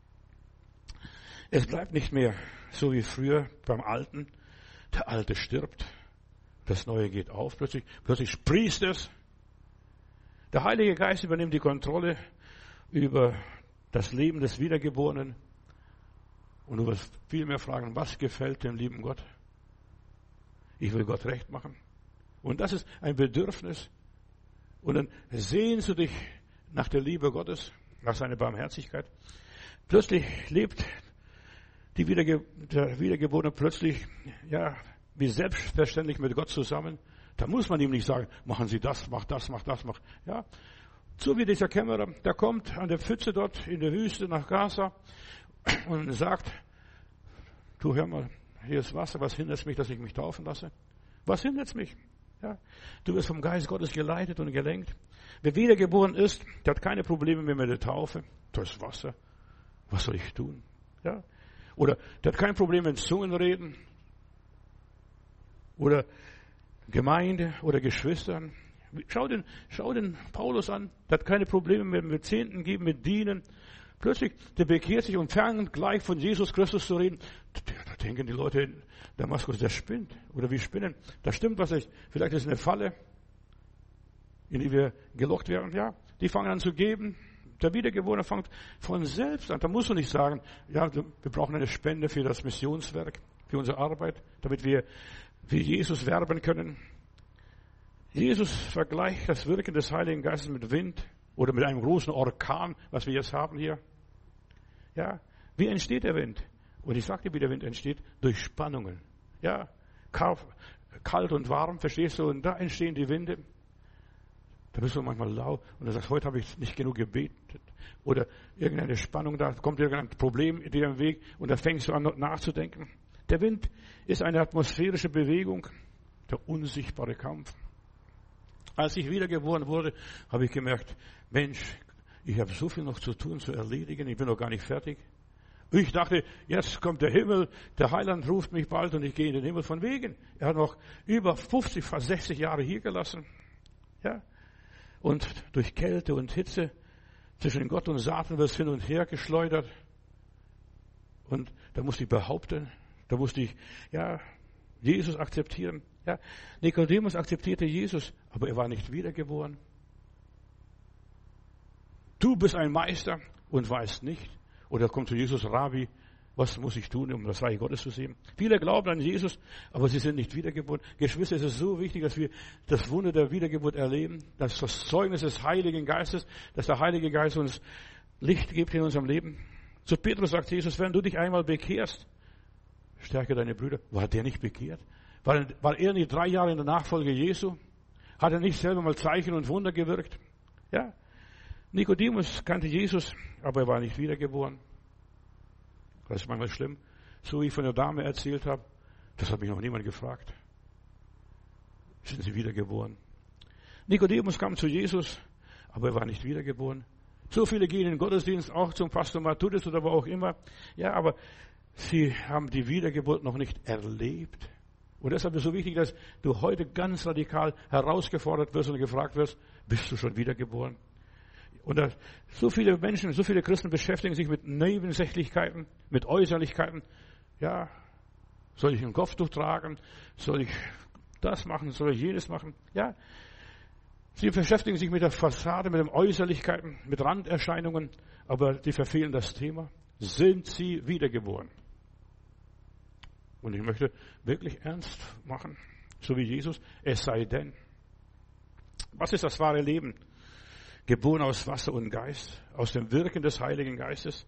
Es bleibt nicht mehr so wie früher beim Alten. Der Alte stirbt. Das Neue geht auf. Plötzlich sprießt es. Der Heilige Geist übernimmt die Kontrolle über das Leben des Wiedergeborenen. Und du wirst viel mehr fragen, was gefällt dem lieben Gott? Ich will Gott recht machen. Und das ist ein Bedürfnis. Und dann sehnst du dich nach der Liebe Gottes, nach seiner Barmherzigkeit. Plötzlich lebt der Wiedergeborene plötzlich, wie selbstverständlich mit Gott zusammen. Da muss man ihm nicht sagen, machen Sie das, mach das, mach das, mach, ja. So wie dieser Kämmerer, der kommt an der Pfütze dort in der Wüste nach Gaza und sagt, du hör mal, hier ist Wasser, was hindert mich, dass ich mich taufen lasse? Was hindert mich? Ja, du wirst vom Geist Gottes geleitet und gelenkt. Wer wiedergeboren ist, der hat keine Probleme mehr mit der Taufe. Das ist Wasser. Was soll ich tun? Ja. Oder der hat kein Problem mit Zungen reden. Oder Gemeinde oder Geschwistern. Schau den Paulus an, der hat keine Probleme mehr mit Zehnten geben, mit Dienen. Plötzlich, der bekehrt sich und fängt gleich von Jesus Christus zu reden. Da denken die Leute in Damaskus, der spinnt. Oder wir spinnen. Da stimmt was nicht. Vielleicht ist es eine Falle, in die wir gelockt werden. Ja, die fangen an zu geben. Der Wiedergeborene fängt von selbst an. Da musst du nicht sagen, wir brauchen eine Spende für das Missionswerk, für unsere Arbeit, damit wir für Jesus werben können. Jesus vergleicht das Wirken des Heiligen Geistes mit Wind oder mit einem großen Orkan, was wir jetzt haben hier. Ja, wie entsteht der Wind? Und ich sagte, wie der Wind entsteht, durch Spannungen. Ja, kalt und warm, verstehst du? Und da entstehen die Winde. Da bist du manchmal lau und du sagst, heute habe ich nicht genug gebetet. Oder irgendeine Spannung, da kommt irgendein Problem dir im Weg und da fängst du an nachzudenken. Der Wind ist eine atmosphärische Bewegung, der unsichtbare Kampf. Als ich wiedergeboren wurde, habe ich gemerkt, Mensch, ich habe so viel noch zu tun, zu erledigen, ich bin noch gar nicht fertig. Ich dachte, jetzt kommt der Himmel, der Heiland ruft mich bald und ich gehe in den Himmel von wegen. Er hat noch über 50, fast 60 Jahre hier gelassen. Ja. Und durch Kälte und Hitze zwischen Gott und Satan wird es hin und her geschleudert. Und da musste ich behaupten, da musste ich, Jesus akzeptieren. Ja. Nikodemus akzeptierte Jesus, aber er war nicht wiedergeboren. Du bist ein Meister und weißt nicht. Oder kommt zu Jesus, Rabbi, was muss ich tun, um das Reich Gottes zu sehen? Viele glauben an Jesus, aber sie sind nicht wiedergeboren. Geschwister, es ist so wichtig, dass wir das Wunder der Wiedergeburt erleben, dass das Zeugnis des Heiligen Geistes, dass der Heilige Geist uns Licht gibt in unserem Leben. Zu Petrus sagt Jesus, wenn du dich einmal bekehrst, stärke deine Brüder. War der nicht bekehrt? War er nicht 3 Jahre in der Nachfolge Jesu? Hat er nicht selber mal Zeichen und Wunder gewirkt? Ja. Nikodemus kannte Jesus, aber er war nicht wiedergeboren. Das ist manchmal schlimm. So wie ich von der Dame erzählt habe, das hat mich noch niemand gefragt. Sind Sie wiedergeboren? Nikodemus kam zu Jesus, aber er war nicht wiedergeboren. So viele gehen in den Gottesdienst, auch zum Pastor Matthäus oder wo auch immer. Ja, aber sie haben die Wiedergeburt noch nicht erlebt. Und deshalb ist es so wichtig, dass du heute ganz radikal herausgefordert wirst und gefragt wirst, bist du schon wiedergeboren? Und so viele Menschen, so viele Christen beschäftigen sich mit Nebensächlichkeiten, mit Äußerlichkeiten. Ja, soll ich ein Kopftuch tragen? Soll ich das machen? Soll ich jenes machen? Ja, sie beschäftigen sich mit der Fassade, mit den Äußerlichkeiten, mit Randerscheinungen, aber die verfehlen das Thema. Sind sie wiedergeboren? Und ich möchte wirklich ernst machen, so wie Jesus, es sei denn. Was ist das wahre Leben? Geboren aus Wasser und Geist, aus dem Wirken des Heiligen Geistes.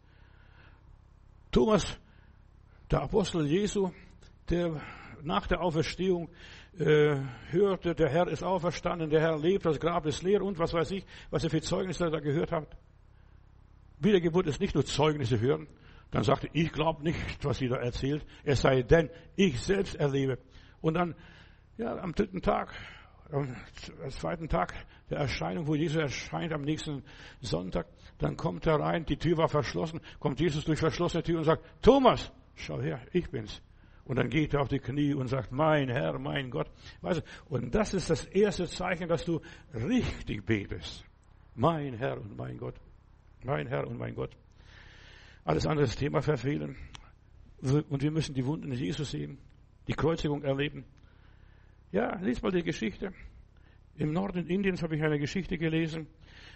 Thomas, der Apostel Jesu, der nach der Auferstehung hörte, der Herr ist auferstanden, der Herr lebt, das Grab ist leer und was weiß ich, was er für Zeugnisse da gehört hat. Wiedergeburt ist nicht nur Zeugnisse hören. Dann sagte, ich glaube nicht, was sie da erzählt, es sei denn, ich selbst erlebe. Und dann, am 3. Tag, am 2. Tag der Erscheinung, wo Jesus erscheint, am nächsten Sonntag, dann kommt er rein, die Tür war verschlossen, kommt Jesus durch verschlossene Tür und sagt, Thomas, schau her, ich bin's. Und dann geht er auf die Knie und sagt, mein Herr, mein Gott. Weißt du, und das ist das erste Zeichen, dass du richtig betest. Mein Herr und mein Gott. Mein Herr und mein Gott. Alles andere ist Thema verfehlen. Und wir müssen die Wunden Jesus sehen, die Kreuzigung erleben. Ja, lies mal die Geschichte. Im Norden Indiens habe ich eine Geschichte gelesen.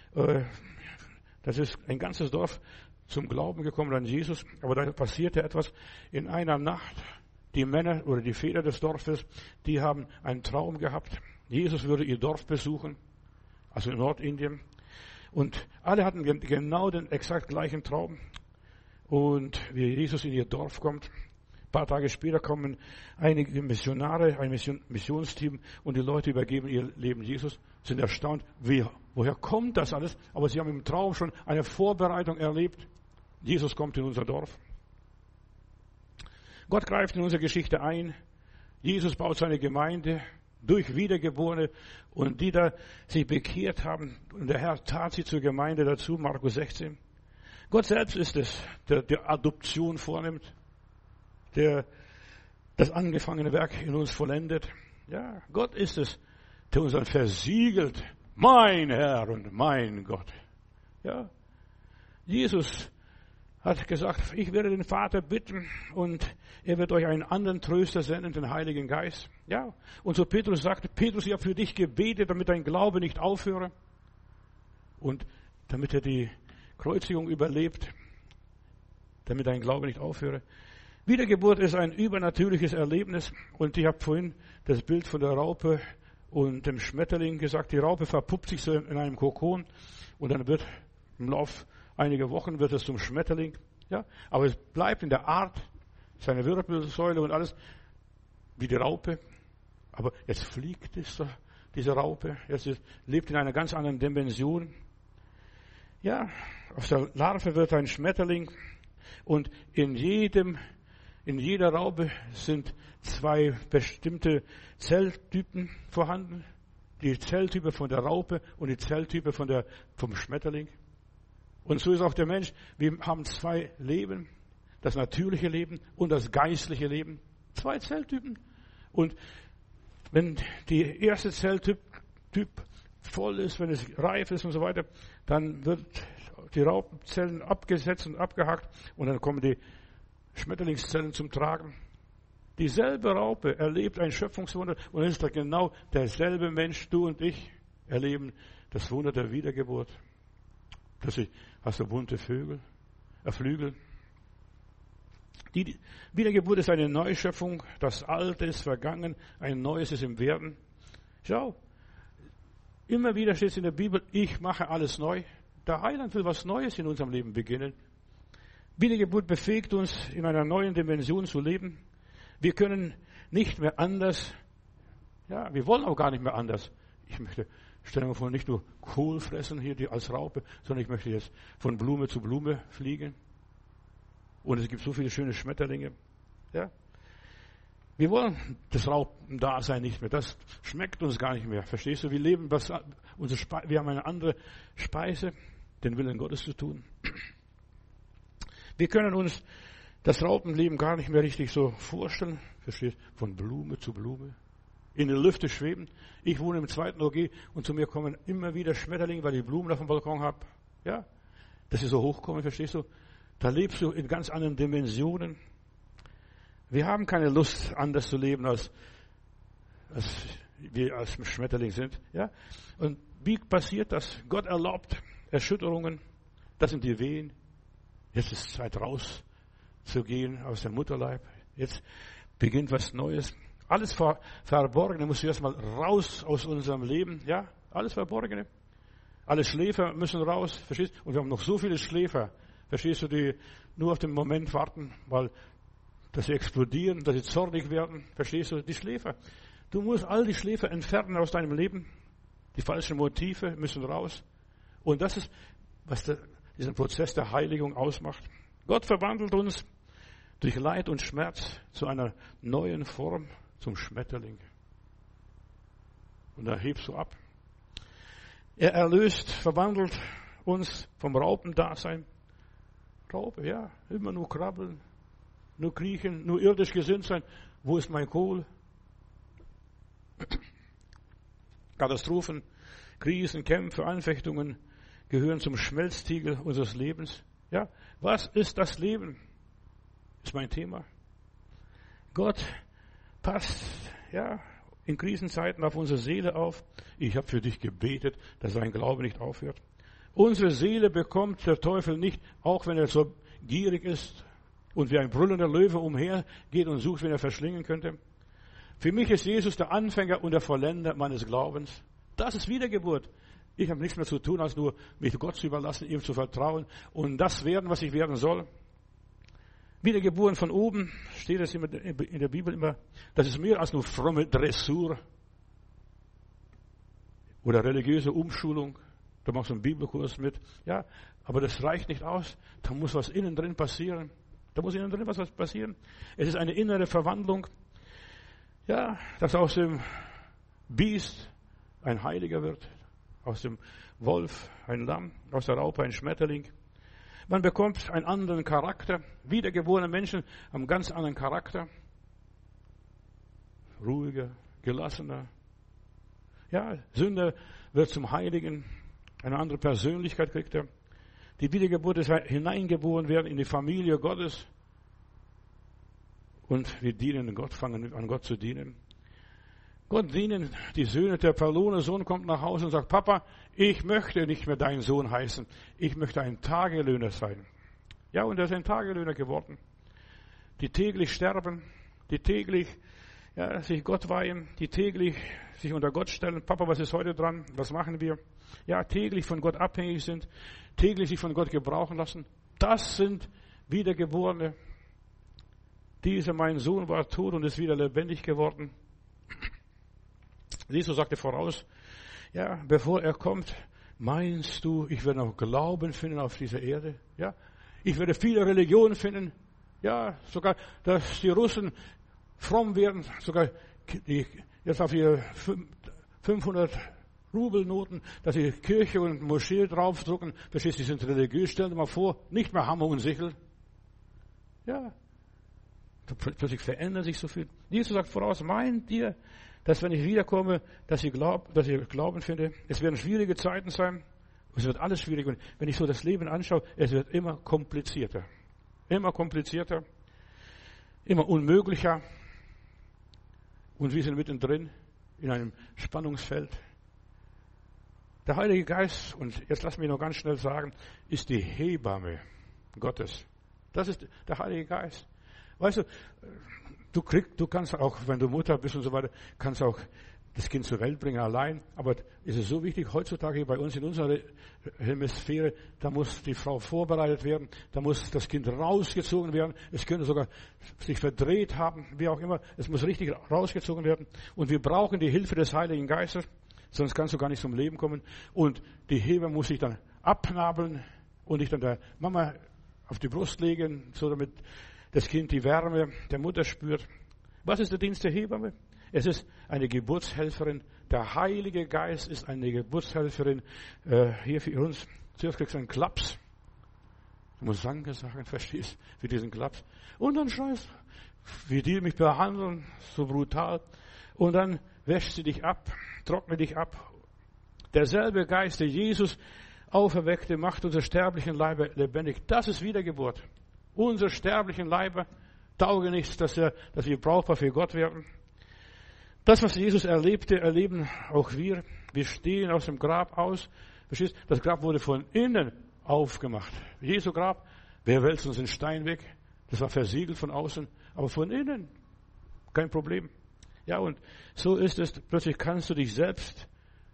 Das ist ein ganzes Dorf zum Glauben gekommen an Jesus. Aber da passierte etwas in einer Nacht. Die Männer oder die Väter des Dorfes, die haben einen Traum gehabt. Jesus würde ihr Dorf besuchen, also in Nordindien. Und alle hatten genau den exakt gleichen Traum. Und wie Jesus in ihr Dorf kommt, ein paar Tage später kommen einige Missionare, ein Missionsteam und die Leute übergeben ihr Leben Jesus, sind erstaunt, woher kommt das alles? Aber sie haben im Traum schon eine Vorbereitung erlebt. Jesus kommt in unser Dorf. Gott greift in unsere Geschichte ein. Jesus baut seine Gemeinde durch Wiedergeborene und die da sich bekehrt haben. Und der Herr tat sie zur Gemeinde dazu, Markus 16. Gott selbst ist es, der die Adoption vornimmt, der das angefangene Werk in uns vollendet. Ja, Gott ist es, der uns dann versiegelt. Mein Herr und mein Gott. Ja, Jesus hat gesagt, ich werde den Vater bitten und er wird euch einen anderen Tröster senden, den Heiligen Geist. Ja, und so Petrus sagte, Petrus, ich habe für dich gebetet, damit dein Glaube nicht aufhöre und damit er die Kreuzigung überlebt, damit dein Glaube nicht aufhöre. Wiedergeburt ist ein übernatürliches Erlebnis und ich habe vorhin das Bild von der Raupe und dem Schmetterling gesagt. Die Raupe verpuppt sich so in einem Kokon und dann wird im Lauf einiger Wochen wird es zum Schmetterling. Ja, aber es bleibt in der Art, seine Wirbelsäule und alles, wie die Raupe. Aber jetzt fliegt diese Raupe, jetzt lebt in einer ganz anderen Dimension. Ja, aus der Larve wird ein Schmetterling und in jedem In jeder Raupe sind zwei bestimmte Zelltypen vorhanden. Die Zelltype von der Raupe und die Zelltype vom Schmetterling. Und so ist auch der Mensch. Wir haben zwei Leben. Das natürliche Leben und das geistliche Leben. Zwei Zelltypen. Und wenn die erste Zelltyp voll ist, wenn es reif ist und so weiter, dann wird die Raupenzellen abgesetzt und abgehackt und dann kommen die Schmetterlingszellen zum Tragen. Dieselbe Raupe erlebt ein Schöpfungswunder und es ist doch genau derselbe Mensch, du und ich, erleben das Wunder der Wiedergeburt. Plötzlich hast du bunte Flügel. Die Wiedergeburt ist eine Neuschöpfung, das Alte ist vergangen, ein Neues ist im Werden. Schau, immer wieder steht es in der Bibel, ich mache alles neu. Der Heiland will was Neues in unserem Leben beginnen. Wiedergeburt befähigt uns, in einer neuen Dimension zu leben. Wir können nicht mehr anders, ja, wir wollen auch gar nicht mehr anders. Stell dir mal vor, nicht nur Kohl fressen hier als Raupe, sondern ich möchte jetzt von Blume zu Blume fliegen. Und es gibt so viele schöne Schmetterlinge. Ja. Wir wollen das Raupendasein nicht mehr. Das schmeckt uns gar nicht mehr. Verstehst du? Wir leben, wir haben eine andere Speise, den Willen Gottes zu tun. Wir können uns das Raupenleben gar nicht mehr richtig so vorstellen. Verstehst du? Von Blume zu Blume. In den Lüften schweben. Ich wohne im 2. OG und zu mir kommen immer wieder Schmetterlinge, weil ich Blumen auf dem Balkon habe. Ja. Dass sie so hochkommen, verstehst du? Da lebst du in ganz anderen Dimensionen. Wir haben keine Lust, anders zu leben, als wir als Schmetterling sind. Ja? Und wie passiert das? Gott erlaubt Erschütterungen. Das sind die Wehen. Jetzt ist Zeit rauszugehen aus dem Mutterleib. Jetzt beginnt was Neues. Alles Verborgene muss erstmal raus aus unserem Leben. Ja? Alles Verborgene. Alle Schläfer müssen raus. Verstehst? Und wir haben noch so viele Schläfer. Verstehst du, die nur auf den Moment warten, dass sie explodieren, dass sie zornig werden. Verstehst du, die Schläfer. Du musst all die Schläfer entfernen aus deinem Leben. Die falschen Motive müssen raus. Und das ist, was diesen Prozess der Heiligung ausmacht. Gott verwandelt uns durch Leid und Schmerz zu einer neuen Form, zum Schmetterling. Und da hebst du ab. Er erlöst, verwandelt uns vom Raupendasein. Raupe, ja, immer nur krabbeln, nur kriechen, nur irdisch gesinnt sein. Wo ist mein Kohl? Katastrophen, Krisen, Kämpfe, Anfechtungen gehören zum Schmelztiegel unseres Lebens. Ja, was ist das Leben? Ist mein Thema. Gott passt, ja, in Krisenzeiten auf unsere Seele auf. Ich habe für dich gebetet, dass dein Glaube nicht aufhört. Unsere Seele bekommt der Teufel nicht, auch wenn er so gierig ist und wie ein brüllender Löwe umhergeht und sucht, wen er verschlingen könnte. Für mich ist Jesus der Anfänger und der Vollender meines Glaubens. Das ist Wiedergeburt. Ich habe nichts mehr zu tun, als nur mich Gott zu überlassen, ihm zu vertrauen und das werden, was ich werden soll. Wiedergeboren von oben, steht es immer in der Bibel immer, das ist mehr als nur fromme Dressur oder religiöse Umschulung. Da machst du einen Bibelkurs mit. Ja, aber das reicht nicht aus. Da muss was innen drin passieren. Da muss innen drin was passieren. Es ist eine innere Verwandlung. Ja, dass aus dem Biest ein Heiliger wird. Aus dem Wolf ein Lamm. Aus der Raupe ein Schmetterling. Man bekommt einen anderen Charakter. Wiedergeborene Menschen haben einen ganz anderen Charakter. Ruhiger, gelassener. Ja, Sünder wird zum Heiligen. Eine andere Persönlichkeit kriegt er. Die Wiedergeburt ist hineingeboren werden in die Familie Gottes. Und wir dienen Gott, fangen an Gott zu dienen. Gott dienen die Söhne. Der verlorene Sohn kommt nach Hause und sagt, Papa, ich möchte nicht mehr dein Sohn heißen. Ich möchte ein Tagelöhner sein. Ja, und er ist ein Tagelöhner geworden. Die täglich sterben, die täglich sich Gott weihen, die täglich sich unter Gott stellen. Papa, was ist heute dran? Was machen wir? Ja, täglich von Gott abhängig sind, täglich sich von Gott gebrauchen lassen. Das sind Wiedergeborene. Dieser, mein Sohn, war tot und ist wieder lebendig geworden. Jesus sagte voraus, ja, bevor er kommt, meinst du, ich werde noch Glauben finden auf dieser Erde? Ja, ich werde viele Religionen finden. Ja, sogar, dass die Russen fromm werden, sogar jetzt auf ihre 500 Rubelnoten, dass sie Kirche und Moschee draufdrucken. Verstehst du, die sind religiös. Stell dir mal vor, nicht mehr Hammer und Sichel. Ja, plötzlich verändert sich so viel. Jesus sagt voraus, meint ihr, dass wenn ich wiederkomme, dass ihr Glauben findet? Es werden schwierige Zeiten sein. Es wird alles schwierig. Und wenn ich so das Leben anschaue, es wird immer komplizierter. Immer komplizierter. Immer unmöglicher. Und wir sind mittendrin in einem Spannungsfeld. Der Heilige Geist, und jetzt lass mich noch ganz schnell sagen, ist die Hebamme Gottes. Das ist der Heilige Geist. Weißt du, du kannst auch, wenn du Mutter bist und so weiter, kannst auch das Kind zur Welt bringen allein. Aber ist es so wichtig, heutzutage bei uns in unserer Hemisphäre, da muss die Frau vorbereitet werden, da muss das Kind rausgezogen werden. Es könnte sogar sich verdreht haben, wie auch immer. Es muss richtig rausgezogen werden. Und wir brauchen die Hilfe des Heiligen Geistes, sonst kannst du gar nicht zum Leben kommen. Und die Hebamme muss sich dann abnabeln und dich dann der Mama auf die Brust legen, so damit das Kind die Wärme der Mutter spürt. Was ist der Dienst der Hebamme? Es ist eine Geburtshelferin. Der Heilige Geist ist eine Geburtshelferin hier für uns. Zuerst kriegst du einen Klaps. Du musst Danke sagen, verstehst, für diesen Klaps. Und dann schreist, wie die mich behandeln, so brutal. Und dann wäscht sie dich ab, trocknet dich ab. Derselbe Geist, der Jesus auferweckte, macht unsere sterblichen Leiber lebendig. Das ist Wiedergeburt. Unsere sterblichen Leiber taugen nichts, dass wir brauchbar für Gott werden. Das, was Jesus erlebte, erleben auch wir. Wir stehen aus dem Grab aus. Verstehst? Das Grab wurde von innen aufgemacht. Jesu Grab, wer wälzt uns den Stein weg? Das war versiegelt von außen, aber von innen kein Problem. Ja, und so ist es. Plötzlich kannst du dich selbst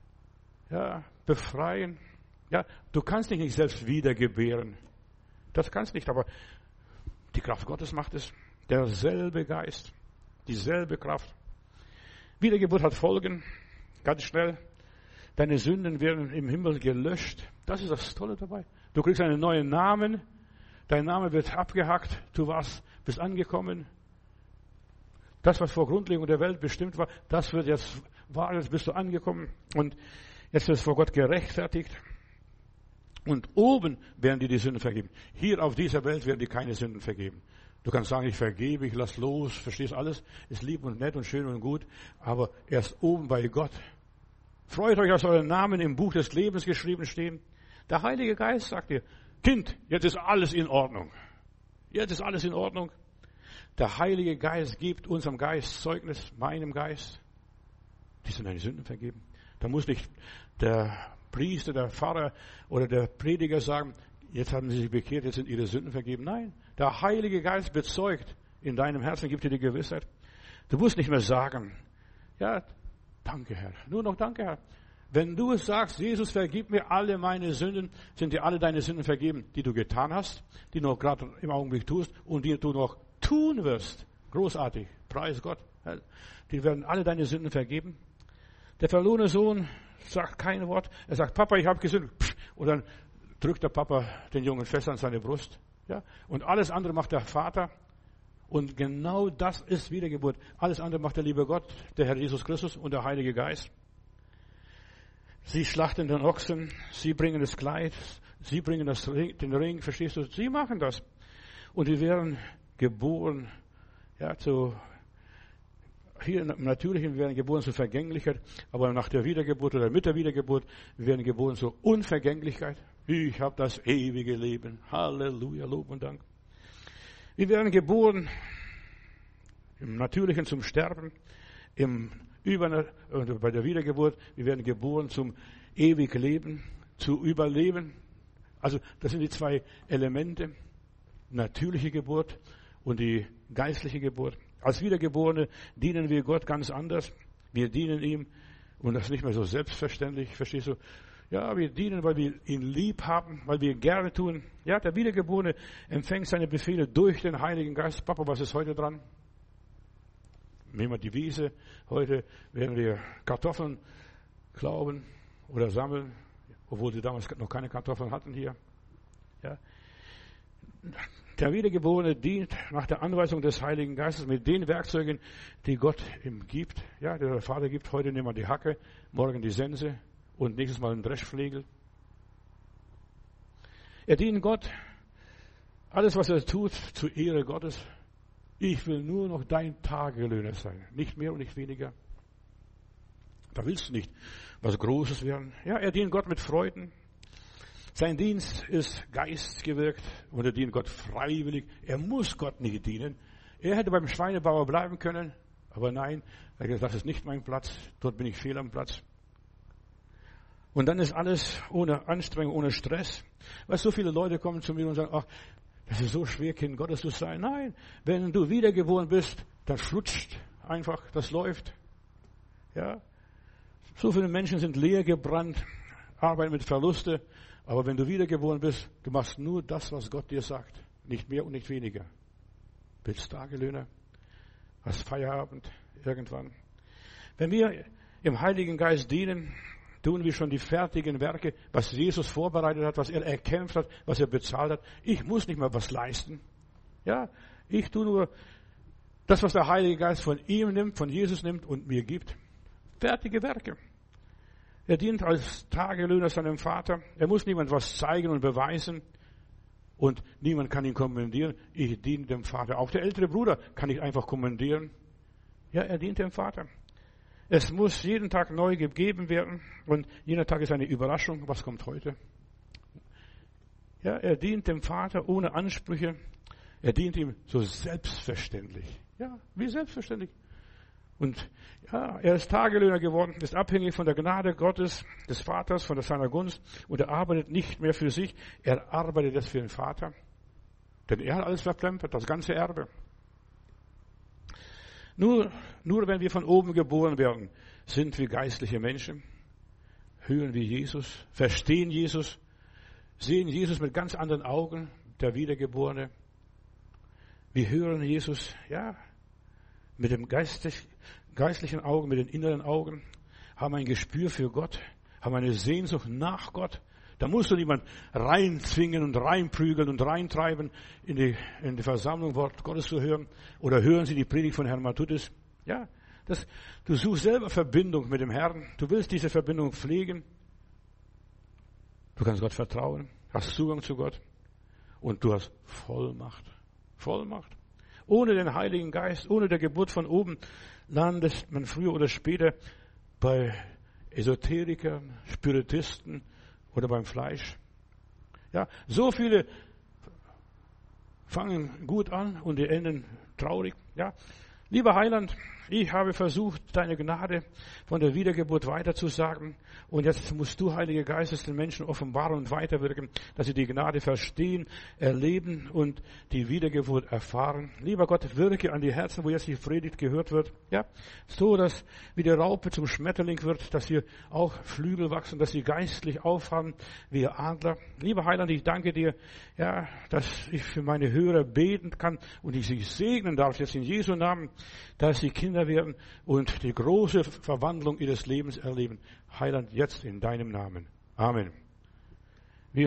befreien. Ja, du kannst dich nicht selbst wiedergebären. Das kannst nicht, aber die Kraft Gottes macht es. Derselbe Geist, dieselbe Kraft. Wiedergeburt hat Folgen, ganz schnell. Deine Sünden werden im Himmel gelöscht. Das ist das Tolle dabei. Du kriegst einen neuen Namen. Dein Name wird abgehackt. Du bist angekommen. Das, was vor Grundlegung der Welt bestimmt war, das wird jetzt wahr. Jetzt bist du angekommen. Und jetzt wirst du vor Gott gerechtfertigt. Und oben werden dir die Sünden vergeben. Hier auf dieser Welt werden dir keine Sünden vergeben. Du kannst sagen, ich vergebe, ich lass los, verstehst alles, ist lieb und nett und schön und gut, aber erst oben bei Gott. Freut euch, dass eure Namen im Buch des Lebens geschrieben stehen. Der Heilige Geist sagt dir, Kind, jetzt ist alles in Ordnung. Jetzt ist alles in Ordnung. Der Heilige Geist gibt unserem Geist Zeugnis, meinem Geist. Die sind deine Sünden vergeben. Da muss nicht der Priester, der Pfarrer oder der Prediger sagen, jetzt haben sie sich bekehrt, jetzt sind ihre Sünden vergeben. Nein, der Heilige Geist bezeugt in deinem Herzen, gibt dir die Gewissheit. Du musst nicht mehr sagen, ja, danke Herr, nur noch danke Herr. Wenn du es sagst, Jesus, vergib mir alle meine Sünden, sind dir alle deine Sünden vergeben, die du getan hast, die du noch gerade im Augenblick tust und die du noch tun wirst. Großartig, preis Gott. Die werden alle deine Sünden vergeben. Der verlorene Sohn sagt kein Wort. Er sagt, Papa, ich habe gesündigt. Und dann drückt der Papa den Jungen fest an seine Brust. Ja? Und alles andere macht der Vater. Und genau das ist Wiedergeburt. Alles andere macht der liebe Gott, der Herr Jesus Christus und der Heilige Geist. Sie schlachten den Ochsen, sie bringen das Kleid, sie bringen den Ring, verstehst du? Sie machen das. Und wir werden geboren, hier im Natürlichen, wir werden geboren zur Vergänglichkeit, aber nach der Wiedergeburt oder mit der Wiedergeburt, wir werden geboren zur Unvergänglichkeit. Ich habe das ewige Leben. Halleluja, Lob und Dank. Wir werden geboren im Natürlichen zum Sterben, bei der Wiedergeburt, wir werden geboren zum ewigen Leben, zu Überleben. Also das sind die zwei Elemente, natürliche Geburt und die geistliche Geburt. Als Wiedergeborene dienen wir Gott ganz anders. Wir dienen ihm und das ist nicht mehr so selbstverständlich, verstehst du? Ja, wir dienen, weil wir ihn lieb haben, weil wir gerne tun. Ja, der Wiedergeborene empfängt seine Befehle durch den Heiligen Geist. Papa, was ist heute dran? Nehmen wir die Wiese. Heute werden wir Kartoffeln klauben oder sammeln, obwohl sie damals noch keine Kartoffeln hatten hier. Ja. Der Wiedergeborene dient nach der Anweisung des Heiligen Geistes mit den Werkzeugen, die Gott ihm gibt. Ja, der Vater gibt heute nehmen wir die Hacke, morgen die Sense und nächstes Mal einen Dreschflegel. Er dient Gott. Alles, was er tut, zur Ehre Gottes. Ich will nur noch dein Tagelöhner sein. Nicht mehr und nicht weniger. Da willst du nicht was Großes werden. Ja, er dient Gott mit Freuden. Sein Dienst ist geistgewirkt und er dient Gott freiwillig. Er muss Gott nicht dienen. Er hätte beim Schweinebauer bleiben können, aber nein, er hat gesagt, das ist nicht mein Platz, dort bin ich fehl am Platz. Und dann ist alles ohne Anstrengung, ohne Stress. Weil so viele Leute kommen zu mir und sagen, ach, das ist so schwer, Kind Gottes zu sein. Nein, wenn du wiedergeboren bist, dann flutscht einfach, das läuft. Ja, so viele Menschen sind leer gebrannt, arbeiten mit Verluste. Aber wenn du wiedergeboren bist, du machst nur das, was Gott dir sagt. Nicht mehr und nicht weniger. Willst Tagelöhner? Hast Feierabend irgendwann. Wenn wir im Heiligen Geist dienen, tun wir schon die fertigen Werke, was Jesus vorbereitet hat, was er erkämpft hat, was er bezahlt hat. Ich muss nicht mal was leisten. Ja, ich tue nur das, was der Heilige Geist von ihm nimmt, von Jesus nimmt und mir gibt. Fertige Werke. Er dient als Tagelöhner seinem Vater. Er muss niemand was zeigen und beweisen. Und niemand kann ihn kommandieren. Ich diene dem Vater. Auch der ältere Bruder kann ich einfach kommandieren. Ja, er dient dem Vater. Es muss jeden Tag neu gegeben werden. Und jeder Tag ist eine Überraschung. Was kommt heute? Ja, er dient dem Vater ohne Ansprüche. Er dient ihm so selbstverständlich. Ja, wie selbstverständlich. Und ja, er ist Tagelöhner geworden, ist abhängig von der Gnade Gottes, des Vaters, von seiner Gunst. Und er arbeitet nicht mehr für sich, er arbeitet jetzt für den Vater. Denn er hat alles verplempert, das ganze Erbe. Nur wenn wir von oben geboren werden, sind wir geistliche Menschen, hören wir Jesus, verstehen Jesus, sehen Jesus mit ganz anderen Augen, der Wiedergeborene. Wir hören Jesus, ja, mit dem geistlichen Augen, mit den inneren Augen, haben ein Gespür für Gott, haben eine Sehnsucht nach Gott. Da musst du niemand reinzwingen und reinprügeln und reintreiben in die Versammlung, Wort Gottes zu hören. Oder hören Sie die Predigt von Herrn Matthäus. Ja, du suchst selber Verbindung mit dem Herrn. Du willst diese Verbindung pflegen. Du kannst Gott vertrauen, hast Zugang zu Gott und du hast Vollmacht. Vollmacht. Ohne den Heiligen Geist, ohne der Geburt von oben, landet man früher oder später bei Esoterikern, Spiritisten oder beim Fleisch. Ja, so viele fangen gut an und die enden traurig. Ja, lieber Heiland, ich habe versucht, deine Gnade von der Wiedergeburt weiterzusagen. Und jetzt musst du, Heiliger Geist, es den Menschen offenbaren und weiterwirken, dass sie die Gnade verstehen, erleben und die Wiedergeburt erfahren. Lieber Gott, wirke an die Herzen, wo jetzt die Predigt gehört wird. Ja, so, dass wie die Raupe zum Schmetterling wird, dass wir auch Flügel wachsen, dass sie geistlich auffahren wie Adler. Lieber Heiland, ich danke dir, ja, dass ich für meine Hörer beten kann und ich sie segnen darf, jetzt in Jesu Namen, dass sie Kinder werden und die große Verwandlung ihres Lebens erleben. Heiland, jetzt in deinem Namen. Amen.